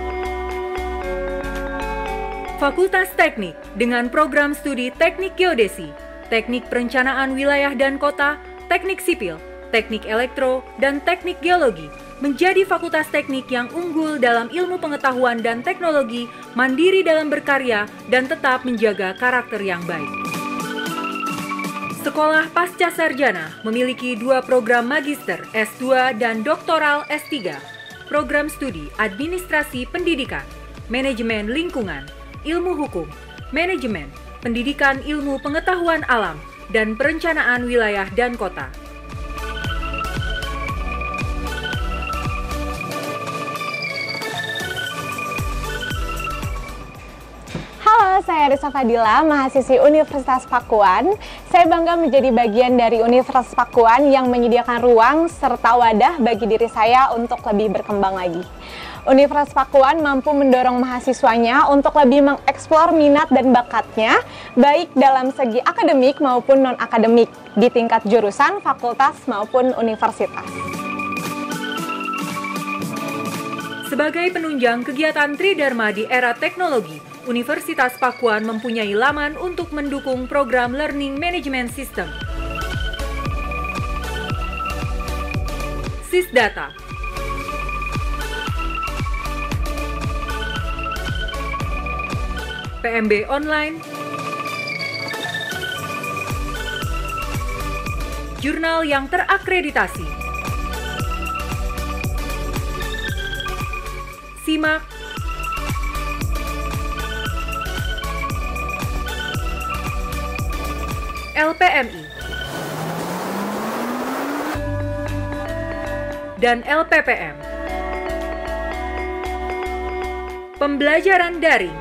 Fakultas Teknik dengan program studi Teknik Geodesi, Teknik Perencanaan Wilayah dan Kota, Teknik Sipil, Teknik Elektro, dan Teknik Geologi menjadi fakultas teknik yang unggul dalam ilmu pengetahuan dan teknologi, mandiri dalam berkarya, dan tetap menjaga karakter yang baik. Sekolah Pasca Sarjana memiliki dua program magister S dua dan doktoral S tiga, program studi Administrasi Pendidikan, Manajemen Lingkungan, Ilmu Hukum, Manajemen, Pendidikan Ilmu Pengetahuan Alam, dan Perencanaan Wilayah dan Kota. Halo, saya Risa Fadila, mahasiswi Universitas Pakuan. Saya bangga menjadi bagian dari Universitas Pakuan yang menyediakan ruang serta wadah bagi diri saya untuk lebih berkembang lagi. Universitas Pakuan mampu mendorong mahasiswanya untuk lebih mengeksplor minat dan bakatnya, baik dalam segi akademik maupun non-akademik, di tingkat jurusan, fakultas, maupun universitas. Sebagai penunjang kegiatan Tridharma di era teknologi, Universitas Pakuan mempunyai laman untuk mendukung program Learning Management System. Sisdata. P M B Online. Jurnal yang terakreditasi. Simak L P M I dan L P P M. Pembelajaran daring.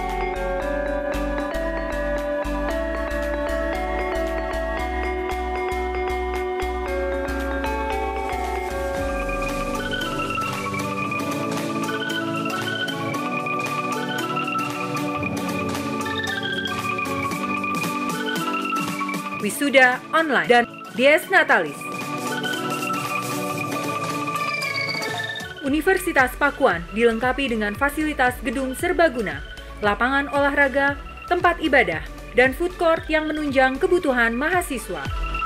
Wisuda online dan Dies Natalis. Universitas Pakuan dilengkapi dengan fasilitas gedung serbaguna, lapangan olahraga, tempat ibadah, dan food court yang menunjang kebutuhan mahasiswa.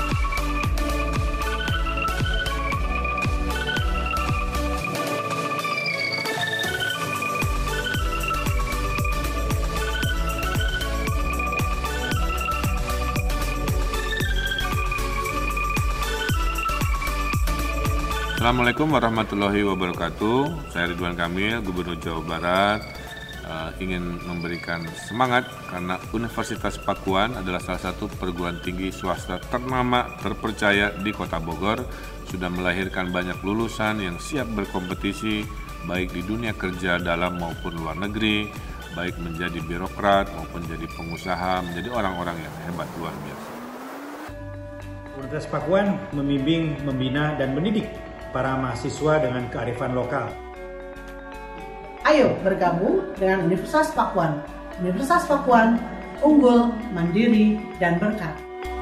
Assalamualaikum warahmatullahi wabarakatuh. Saya Ridwan Kamil, Gubernur Jawa Barat, uh, ingin memberikan semangat karena Universitas Pakuan adalah salah satu perguruan tinggi swasta ternama terpercaya di Kota Bogor, sudah melahirkan banyak lulusan yang siap berkompetisi baik di dunia kerja dalam maupun luar negeri, baik menjadi birokrat maupun menjadi pengusaha, menjadi orang-orang yang hebat luar biasa. Universitas Pakuan membimbing, membina, dan mendidik para mahasiswa dengan kearifan lokal. Ayo bergabung dengan Universitas Pakuan. Universitas Pakuan unggul, mandiri, dan berkat.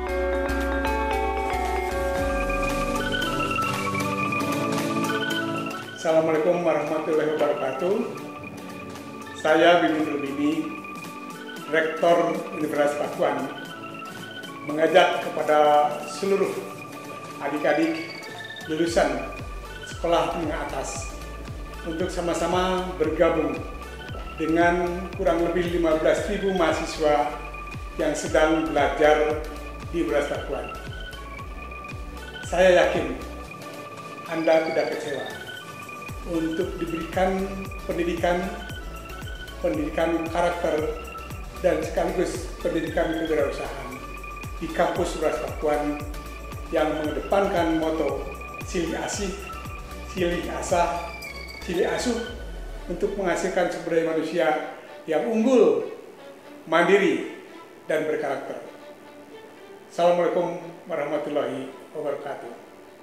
Assalamualaikum warahmatullahi wabarakatuh. Saya Bimbing Rubini, Rektor Universitas Pakuan, mengajak kepada seluruh adik-adik lulusan sekolah menengah atas untuk sama-sama bergabung dengan kurang lebih lima belas ribu mahasiswa yang sedang belajar di Universitas Pakuan. Saya yakin Anda tidak kecewa untuk diberikan pendidikan pendidikan karakter dan sekaligus pendidikan kewirausahaan di kampus Universitas Pakuan yang mengedepankan moto silih asih, silih asah, silih asuh untuk menghasilkan sumber daya manusia yang unggul, mandiri, dan berkarakter. Assalamualaikum warahmatullahi wabarakatuh.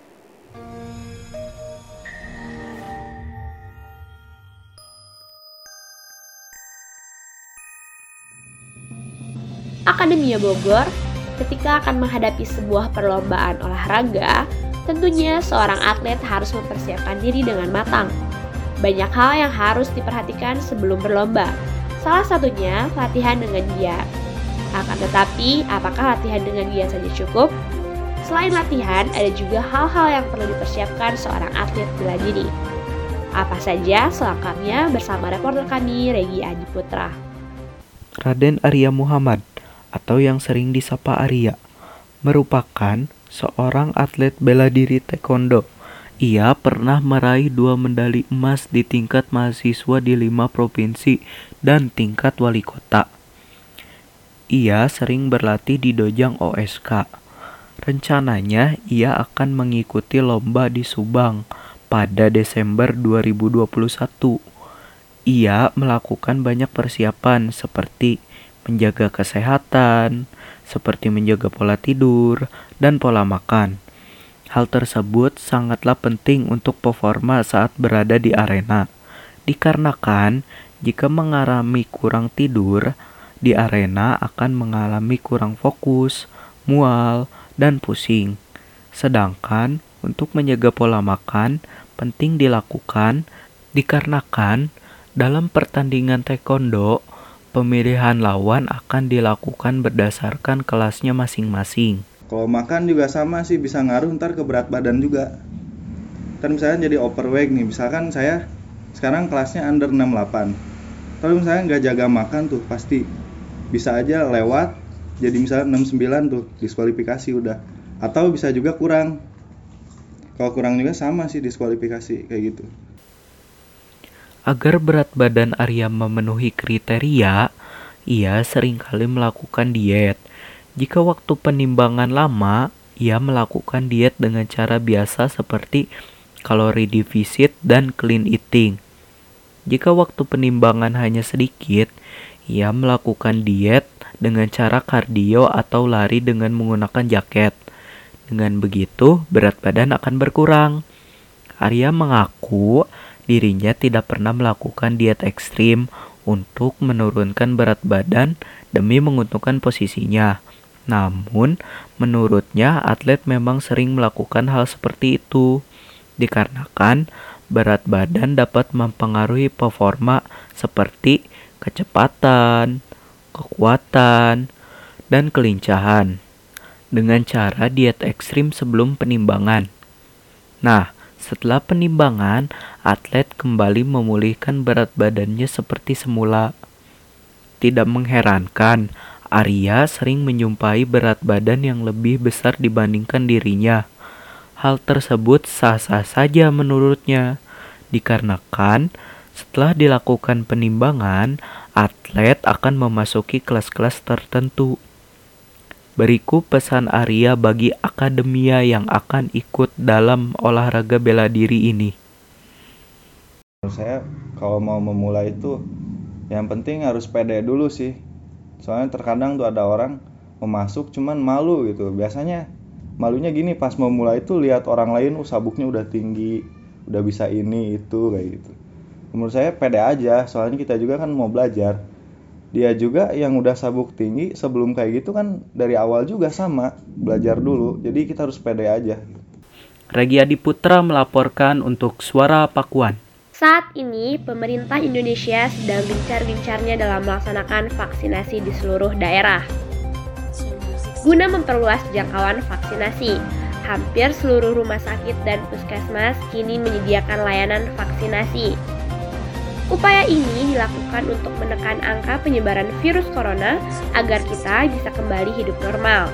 Akademia Bogor ketika akan menghadapi sebuah perlombaan olahraga, tentunya seorang atlet harus mempersiapkan diri dengan matang. Banyak hal yang harus diperhatikan sebelum berlomba. Salah satunya latihan dengan giat. Akan tetapi, apakah latihan dengan giat saja cukup? Selain latihan, ada juga hal-hal yang perlu dipersiapkan seorang atlet bela diri. Apa saja selengkapnya bersama reporter kami, Regi Adi Putra. Raden Arya Muhammad, atau yang sering disapa Arya, merupakan seorang atlet bela diri taekwondo. Ia pernah meraih dua medali emas di tingkat mahasiswa di lima provinsi dan tingkat wali kota. Ia sering berlatih di Dojang O S K. Rencananya ia akan mengikuti lomba di Subang pada Desember dua ribu dua puluh satu. Ia melakukan banyak persiapan seperti menjaga kesehatan, seperti menjaga pola tidur, dan pola makan. Hal tersebut sangatlah penting untuk performa saat berada di arena, dikarenakan jika mengalami kurang tidur, di arena akan mengalami kurang fokus, mual, dan pusing. Sedangkan untuk menjaga pola makan penting dilakukan dikarenakan dalam pertandingan taekwondo, pemilihan lawan akan dilakukan berdasarkan kelasnya masing-masing. Kalau makan juga sama sih, bisa ngaruh ntar ke berat badan juga. Kan misalnya jadi overweight nih, misalkan saya sekarang kelasnya under enam puluh delapan. Kalau misalnya nggak jaga makan tuh pasti bisa aja lewat, jadi misalnya enam puluh sembilan tuh diskualifikasi udah. Atau bisa juga kurang. Kalau kurang juga sama sih diskualifikasi kayak gitu. Agar berat badan Arya memenuhi kriteria, ia seringkali melakukan diet. Jika waktu penimbangan lama, ia melakukan diet dengan cara biasa seperti kalori defisit dan clean eating. Jika waktu penimbangan hanya sedikit, ia melakukan diet dengan cara kardio atau lari dengan menggunakan jaket. Dengan begitu, berat badan akan berkurang. Arya mengaku dirinya tidak pernah melakukan diet ekstrim untuk menurunkan berat badan demi menguntungkan posisinya. Namun, menurutnya atlet memang sering melakukan hal seperti itu, dikarenakan berat badan dapat mempengaruhi performa seperti kecepatan, kekuatan, dan kelincahan dengan cara diet ekstrim sebelum penimbangan. Nah, setelah penimbangan, atlet kembali memulihkan berat badannya seperti semula. Tidak mengherankan, Arya sering menjumpai berat badan yang lebih besar dibandingkan dirinya. Hal tersebut sah-sah saja menurutnya, dikarenakan setelah dilakukan penimbangan, atlet akan memasuki kelas-kelas tertentu. Berikut pesan Arya bagi akademia yang akan ikut dalam olahraga bela diri ini. Menurut saya kalau mau memulai itu yang penting harus pede dulu sih. Soalnya terkadang tuh ada orang mau masuk cuman malu gitu. Biasanya malunya gini, pas mau mulai itu lihat orang lain uh, sabuknya udah tinggi, udah bisa ini itu kayak gitu. Menurut saya pede aja, soalnya kita juga kan mau belajar. Dia juga yang udah sabuk tinggi sebelum kayak gitu kan dari awal juga sama, belajar dulu. Jadi kita harus pede aja. Regi Adiputra melaporkan untuk Suara Pakuan. Saat ini, pemerintah Indonesia sedang gencar-gencarnya dalam melaksanakan vaksinasi di seluruh daerah. Guna memperluas jangkauan vaksinasi, hampir seluruh rumah sakit dan puskesmas kini menyediakan layanan vaksinasi. Upaya ini dilakukan untuk menekan angka penyebaran virus corona agar kita bisa kembali hidup normal.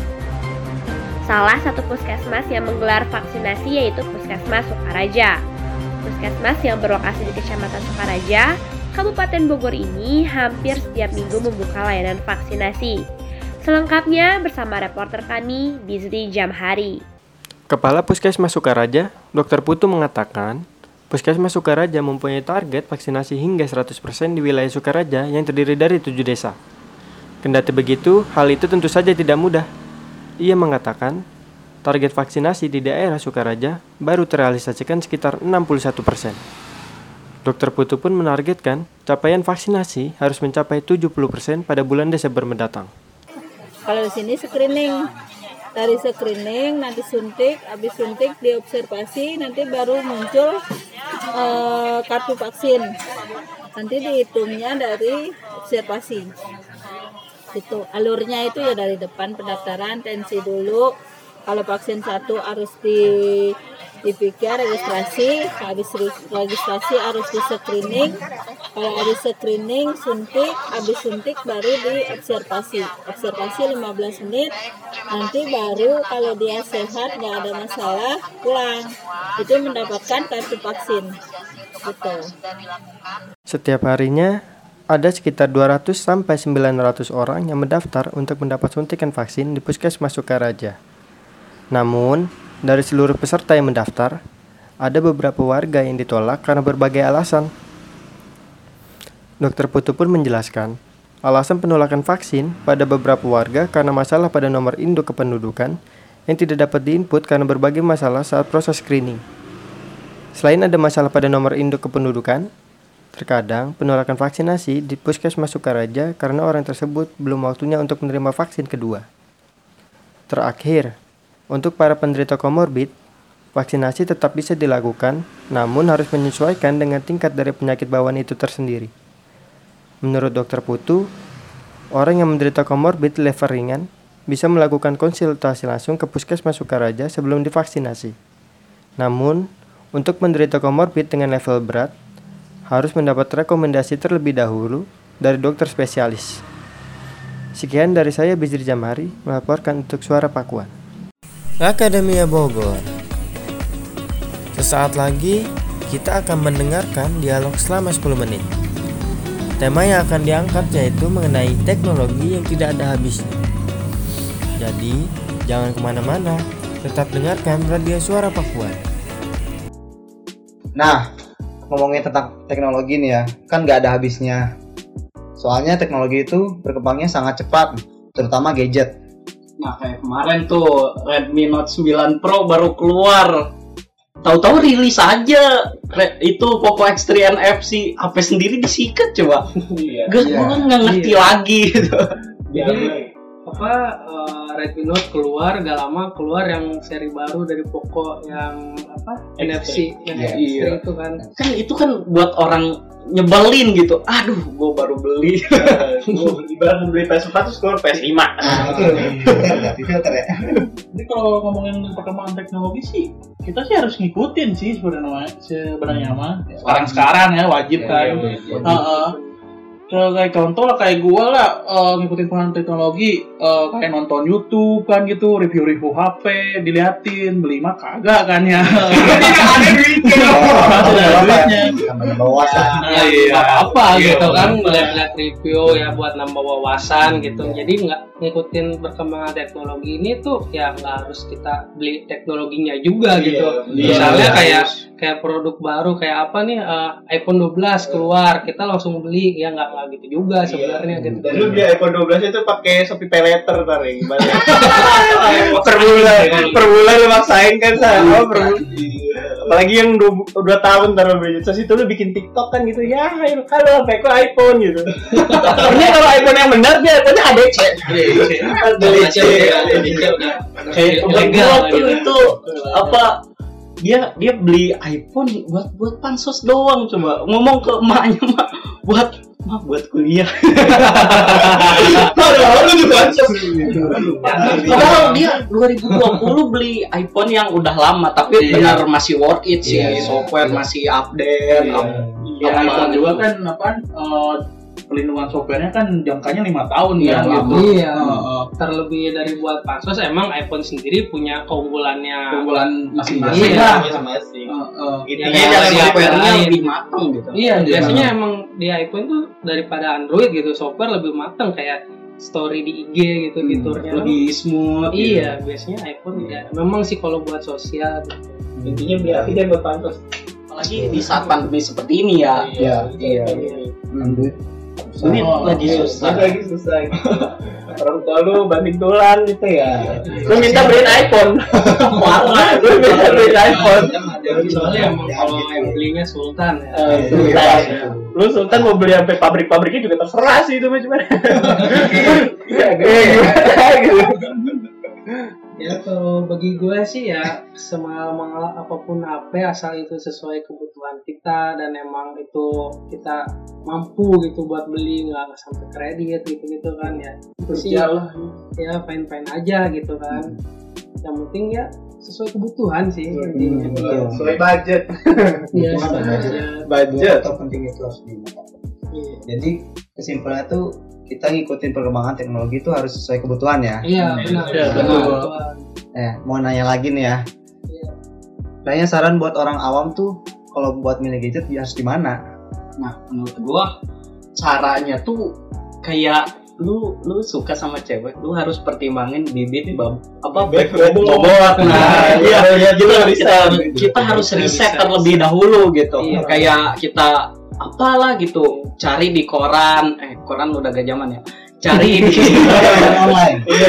Salah satu puskesmas yang menggelar vaksinasi yaitu Puskesmas Sukaraja. Puskesmas yang berlokasi di Kecamatan Sukaraja, Kabupaten Bogor ini hampir setiap minggu membuka layanan vaksinasi. Selengkapnya bersama reporter kami, Bizri Jamhari. Kepala Puskesmas Sukaraja, Dokter Putu mengatakan, Puskesmas Sukaraja mempunyai target vaksinasi hingga seratus persen di wilayah Sukaraja yang terdiri dari tujuh desa. Kendati begitu, hal itu tentu saja tidak mudah. Ia mengatakan, target vaksinasi di daerah Sukaraja baru terrealisasikan sekitar enam puluh satu persen. Dokter Putu pun menargetkan capaian vaksinasi harus mencapai tujuh puluh persen pada bulan Desember mendatang. Kalau di sini screening, dari screening nanti suntik, habis suntik diobservasi, nanti baru muncul uh, kartu vaksin. Nanti dihitungnya dari observasi. Itu alurnya itu ya dari depan pendaftaran tensi dulu. Kalau vaksin satu harus di dipikir registrasi, habis registrasi harus di screening. Kalau habis screening, suntik, habis suntik baru di observasi. Observasi lima belas menit, nanti baru kalau dia sehat, nggak ada masalah, pulang. Itu mendapatkan kartu vaksin. Gitu. Setiap harinya ada sekitar dua ratus sampai sembilan ratus orang yang mendaftar untuk mendapat suntikan vaksin di Puskesmas Sukaraja. Namun, dari seluruh peserta yang mendaftar, ada beberapa warga yang ditolak karena berbagai alasan. Dokter Putu pun menjelaskan, alasan penolakan vaksin pada beberapa warga karena masalah pada nomor induk kependudukan yang tidak dapat diinput karena berbagai masalah saat proses screening. Selain ada masalah pada nomor induk kependudukan, terkadang penolakan vaksinasi di Puskesmas Sukaraja karena orang tersebut belum waktunya untuk menerima vaksin kedua. Terakhir, untuk para penderita komorbid, vaksinasi tetap bisa dilakukan, namun harus menyesuaikan dengan tingkat dari penyakit bawaan itu tersendiri. Menurut Dokter Putu, orang yang menderita komorbid level ringan bisa melakukan konsultasi langsung ke Puskesmas Sukaraja sebelum divaksinasi. Namun, untuk menderita komorbid dengan level berat, harus mendapat rekomendasi terlebih dahulu dari dokter spesialis. Sekian dari saya, Bizri Jamhari, melaporkan untuk Suara Pakuan. Akademia Bogor. Sesaat lagi kita akan mendengarkan dialog selama sepuluh menit. Tema yang akan diangkat yaitu mengenai teknologi yang tidak ada habisnya. Jadi, jangan kemana-mana, tetap dengarkan Radio Suara Pakuan. Nah, ngomongin tentang teknologi nih ya, kan gak ada habisnya. Soalnya teknologi itu berkembangnya sangat cepat, terutama gadget. Nah, kayak kemarin tuh Redmi Note sembilan Pro baru keluar. Tahu-tahu rilis aja Re- itu Poco X tiga N F C, H P sendiri disikat coba. Iya. Gue Iya. nggak ngerti Iya. lagi gitu. Jadi apa uh, Redmi Note keluar gak lama keluar yang seri baru dari Poco yang apa N F C yang Iya. X tiga itu kan. Kan itu kan buat orang nyebelin gitu. Aduh, gue baru beli. Ibarat beli P S empat terus keluar P S lima. Jadi kalau ngomongin perkembangan teknologi sih, kita sih harus ngikutin sih sebenarnya sebenarnya mah. Sekarang sekarang ya wajib kan. Heeh. Kalau kayak contoh lah kayak gue lah uh, ngikutin perkembangan teknologi, uh, kayak nonton YouTube kan gitu, review-review H P, diliatin, beli mah kagak kan ya. Ada duitnya. Ada duitnya. Nah, iya, apa gitu kan, melihat-lihat review ya buat nambah wawasan gitu. Jadi nggak ngikutin perkembangan teknologi ini tuh ya nggak harus kita beli teknologinya juga gitu. Misalnya kayak kayak produk baru kayak apa nih uh, iPhone dua belas keluar, kita langsung beli ya nggak nggak gitu juga sebenarnya gitu. Dan lu beli iPhone dua belas itu pakai Shopee Pay Later tar ya gimana? per bulan, per bulan lu maksain kan sama per bulan. Apalagi yang dua tahun taruh beli. Terus itu lu bikin TikTok kan gitu. Ya, kalau H P ku iPhone gitu. Ini kalau iPhone yang benar dia iPhone-nya A D C. A D C. Kayak legal tuh itu apa dia dia beli iPhone buat buat pansos doang, coba ngomong ke emaknya mak buat mak buat kuliah. Padahal lu juga pansos. Padahal dia dua ribu dua puluh beli iPhone yang udah lama tapi benar masih worth it sih, software masih update. Ya iPhone juga kan apa uh, pelindungan softwarenya kan jangkanya lima tahun ya gitu. Iya. Uh, terlebih dari buat pansos emang iPhone sendiri punya keunggulannya. Keunggulan masing-masing. Iya. Masing-masing. Uh, uh, Intinya dari softwarenya lebih matang gitu. Iya, biasanya emang di iPhone tuh daripada Android gitu, software lebih matang kayak story di I G gitu hmm, fiturnya lebih smooth. Iya, gitu. biasanya iPhone ya. Memang sih kalau buat sosial gitu. Intinya beli api dia buat pansos. Apalagi di saat pandemi seperti ini ya. Iya. Iya. Android Duit oh, lagi okay. susah, lagi susah. Gitu. Orang tua lu banting tulang gitu ya. Lu minta beliin iPhone, marah. Lu minta beliin iPhone. Soalnya emang kalau yang belinya Sultan ya. Uh, Sultan. Ya. Lu Sultan mau beli sampai pabrik-pabriknya juga terserah sih itu macam mana. Iya, gitu. Ya kalau bagi gue sih ya semahal-mahal apapun H P asal itu sesuai kebutuhan kita dan emang itu kita mampu gitu buat beli, nggak sampai kredit gitu-gitu kan ya. Itu sih Jalan. Ya fine-fine aja gitu kan. Yang penting ya sesuai kebutuhan sih intinya. Hmm, sesuai budget. Iya, budget. Budget atau penting itu harus diingat. Iya. Jadi kesimpulannya tuh kita ngikutin perkembangan teknologi itu harus sesuai kebutuhan ya. Iya benar. Ya, betul. Eh mau nanya lagi nih ya. Iya. Kayaknya saran buat orang awam tuh kalau buat milih gadget harus gimana? Nah menurut gua caranya tuh kayak lu lu suka sama cewek, lu harus pertimbangin bibit bab apa bobot. Nah, iya gitu kita, kita harus riset terlebih dahulu gitu. Iya. Kayak kita apalah gitu, cari di koran, eh koran udah gak zaman ya. Cari di online. Iya,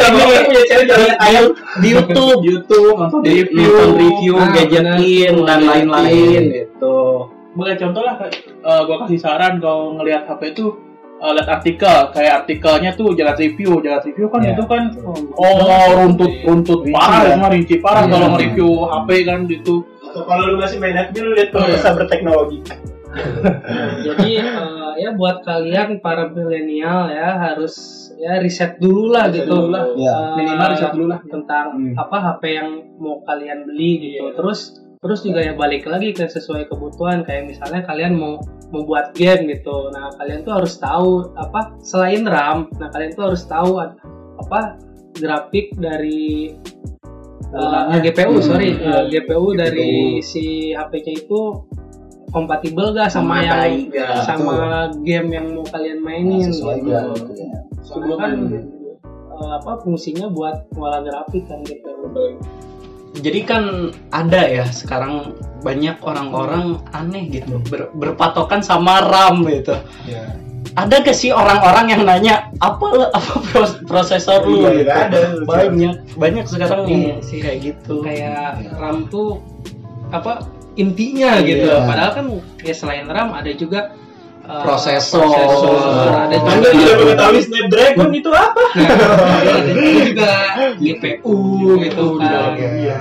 di YouTube, YouTube nonton review, review gadgetin dan lain-lain gitu. Boleh contoh lah, uh, gua kasih saran kalau ngelihat H P itu uh, lihat artikel, kayak artikelnya tuh jalan review, jalan review kan yeah. Itu kan oh runtut runtut parah, semua rinci parah kalau nge-review H P kan gitu. Atau kalau lu masih main F B lu lihat pemirsa berteknologi. Jadi uh, ya buat kalian para milenial ya harus ya riset dulu lah riset gitu lah. Ya. Uh, minimal riset dulu lah tentang hmm. apa H P yang mau kalian beli gitu. Yeah. Terus terus juga ya balik lagi ke sesuai kebutuhan, kayak misalnya kalian mau membuat game gitu. Nah, kalian tuh harus tahu apa selain RAM, nah kalian tuh harus tahu apa grafik dari Uh, G P U sorry uh, G P U dari si H P-nya itu kompatibel gak sama, sama yang ya, sama betul. Game yang mau kalian mainin sesuai gitu. Ya, Soalnya kan uh, apa fungsinya buat ngolah grafik kan G P U. Jadi kan ada ya sekarang banyak orang-orang aneh gitu ber, berpatokan sama RAM gitu. Ya. Ada gak sih orang-orang yang nanya apa apa prosesor lu? Iya, gitu? Ada, banyak banyak sekarang iya, sih kayak gitu. Kayak ya. RAM tuh apa intinya iya. gitu. Padahal kan ya selain RAM ada juga uh, prosesor. prosesor. Ada juga Anda tidak mengetahui Snapdragon itu apa? Nah, ada juga G P U gitu kan. Iya.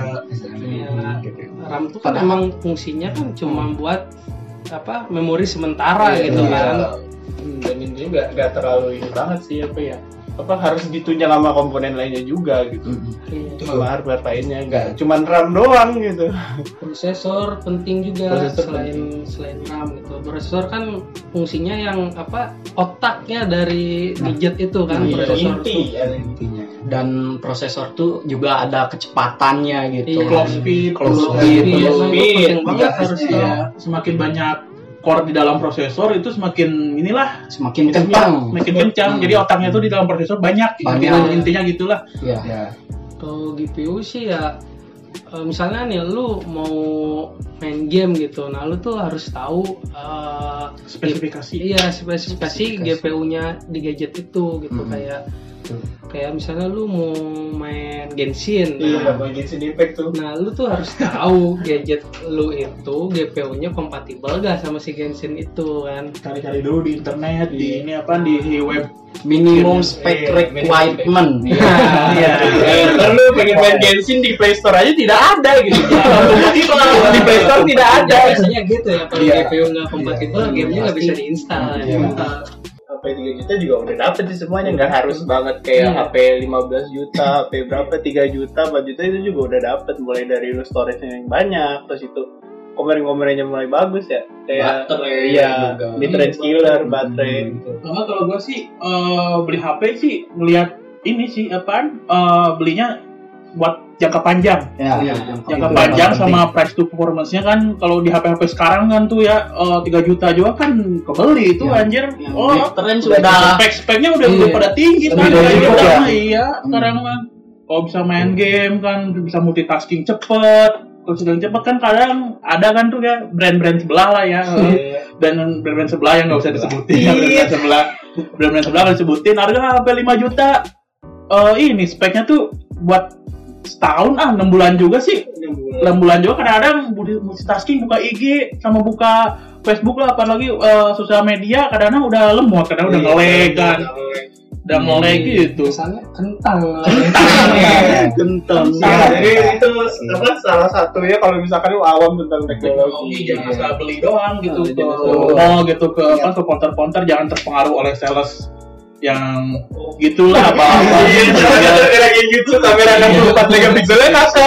RAM tuh kan emang fungsinya kan cuma buat apa memori sementara iya, gitu iya. kan. Hmm, dan ini nggak nggak terlalu ini banget sih apa ya apa harus ditunjang sama komponen lainnya juga gitu mm-hmm. sama hardware lainnya nggak cuman RAM doang gitu. Prosesor penting juga prosesor selain penting. selain RAM gitu. Prosesor kan fungsinya yang apa otaknya dari gadget itu kan iya, prosesor inti ya, intinya. Dan prosesor tuh juga ada kecepatannya gitu. Iya. Clock speed, clock speed, speed, clock speed. Banget harus ya. Semakin banyak core di dalam prosesor itu semakin inilah semakin kencang, semakin kencang. Hmm. Jadi otaknya tuh di dalam prosesor banyak. banyak. Intinya gitulah. Ya. ya. Kalau G P U sih ya misalnya nih lu mau main game gitu, nah lu tuh harus tahu uh, spesifikasi. Iya spesifikasi, spesifikasi G P U-nya di gadget itu gitu hmm. kayak kayak misalnya lu mau main Genshin, iya, nah, main Genshin Impact tuh. Nah, lu tuh harus tahu gadget lu itu G P U-nya kompatibel gak sama si Genshin itu kan. Cari-cari dulu di internet, iya. di ini apa di web minimum spec iya, requirement. Iya. Ntar lu pengen main Genshin di Play Store aja tidak ada gitu. Di Play Store tidak ada. Biasanya gitu ya, kalau iya. G P U nggak kompatibel, iya. gamenya nggak bisa diinstal. Iya. H P tiga juta juga udah dapet sih semuanya, nggak harus banget kayak yeah. H P lima belas juta, H P berapa tiga juta, empat juta itu juga udah dapet, mulai dari lu storage yang banyak, terus itu komponen-komponennya mulai bagus ya, kayak baterai, ya mid-range killer, baterai. Gitu. Karena kalau gue sih uh, beli H P sih ngelihat ini sih apaan, uh, belinya buat jangka panjang, ya, ya, jangka panjang sama price to performance-nya kan kalau di H P H P sekarang kan tuh ya uh, tiga juta juga kan kebeli itu ya, anjir. Ya, oh, keren sudah spek-speknya udah iya. pada tinggi kan gitu ya. Iya, sekarang mah kalau bisa main game kan bisa multitasking cepet. Kalau sedang cepet kan kadang ada kan tuh ya brand-brand sebelah lah ya. Dan brand-brand sebelah yang enggak usah disebutin, brand sebelah. Brand-brand sebelah enggak disebutin, harga H P lima juta. Uh, ini speknya tuh buat setahun ah enam bulan juga sih enam bulan juga kadang-kadang multitasking buka I G sama buka Facebook lah apalagi uh, sosial media kadang-kadang udah lemot kadang udah nge-lag kan udah nge-lag gitu kesannya kentang kentang jadi itu apa salah satunya kalau misalkan lu awam tentang teknologi jangan asal beli doang gitu ke mall gitu ke apa ke counter-counter jangan terpengaruh oleh sales yang gitulah apa-apa lagi gitu kamera enam puluh empat megapikselnya nasa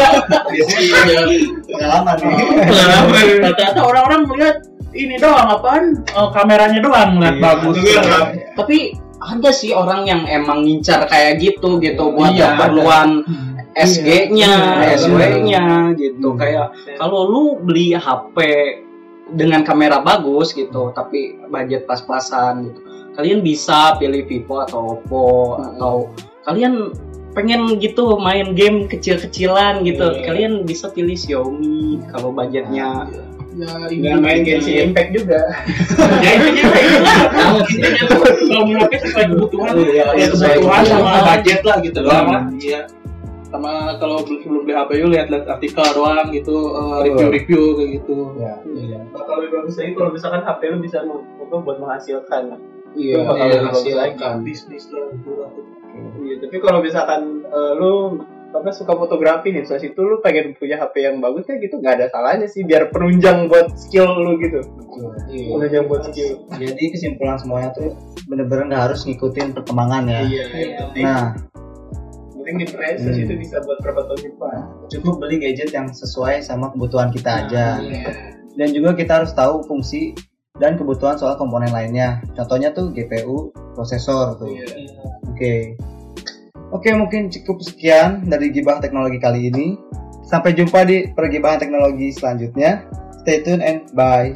pengalaman pengalaman ternyata orang-orang melihat ini doang apaan uh, kameranya doang melihat bagus tapi ada sih orang yang emang ngincar kayak gitu gitu buat iya, keperluan S G-nya, iya, S W-nya gitu kayak kalau lu beli H P dengan kamera bagus gitu tapi budget pas-pasan gitu kalian bisa pilih Vivo atau Oppo hmm. atau kalian pengen gitu main game kecil-kecilan gitu yeah. kalian bisa pilih Xiaomi kalau budgetnya ya nggak main Genshin Impact juga ya itu intinya kalau menurut sesuai kebutuhan kebutuhan sama budget lah gitu doang iya sama kalau belum beli H P U lihat-lihat artikel doang gitu uh, review-review kayak gitu ya iya bakal lebih bagus lagi kalau misalkan H P lu bisa buat menghasilkan. Iya, iya hasilkan bisnis lah gitu. Iya, tapi kalau misalkan uh, lu apa suka fotografi nih, terus itu lu pengen punya H P yang bagus kan gitu, nggak ada salahnya sih biar penunjang buat skill lu gitu. Iya. Penunjang buat skill. Jadi kesimpulan semuanya tuh bener-bener nggak harus ngikutin perkembangan ya. Iya. iya. Nah, penting di price hmm. itu bisa buat berapa tahun depan. Cukup beli gadget yang sesuai sama kebutuhan kita nah, aja. Iya. Dan juga kita harus tahu fungsi dan kebutuhan soal komponen lainnya. Contohnya tuh G P U, prosesor tuh. Iya. Oke. Okay. Oke, mungkin cukup sekian dari Gibah Teknologi kali ini. Sampai jumpa di pergibahan teknologi selanjutnya. Stay tune and bye.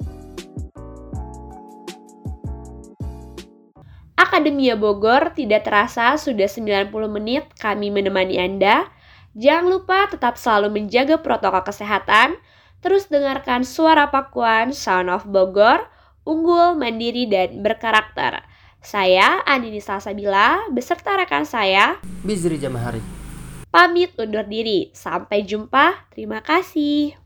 Akademia Bogor tidak terasa sudah sembilan puluh menit kami menemani Anda. Jangan lupa tetap selalu menjaga protokol kesehatan. Terus dengarkan Suara Pakuan, Sound of Bogor, unggul, mandiri, dan berkarakter. Saya Andini Salsabila beserta rekan saya Bizri Jamahari pamit undur diri. Sampai jumpa. Terima kasih.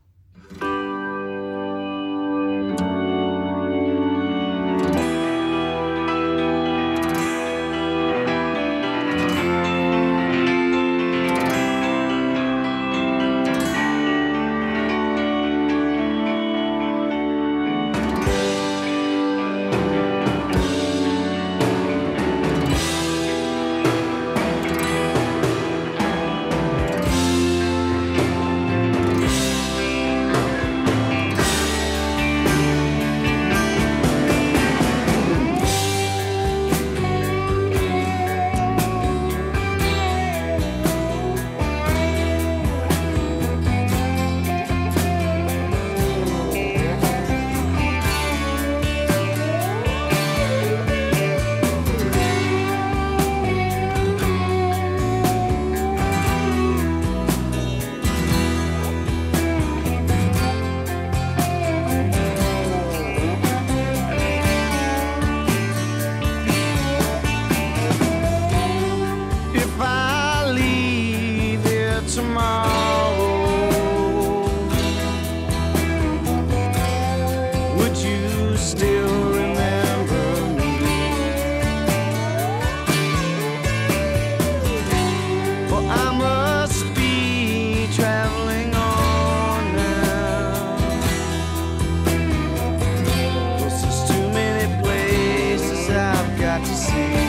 To see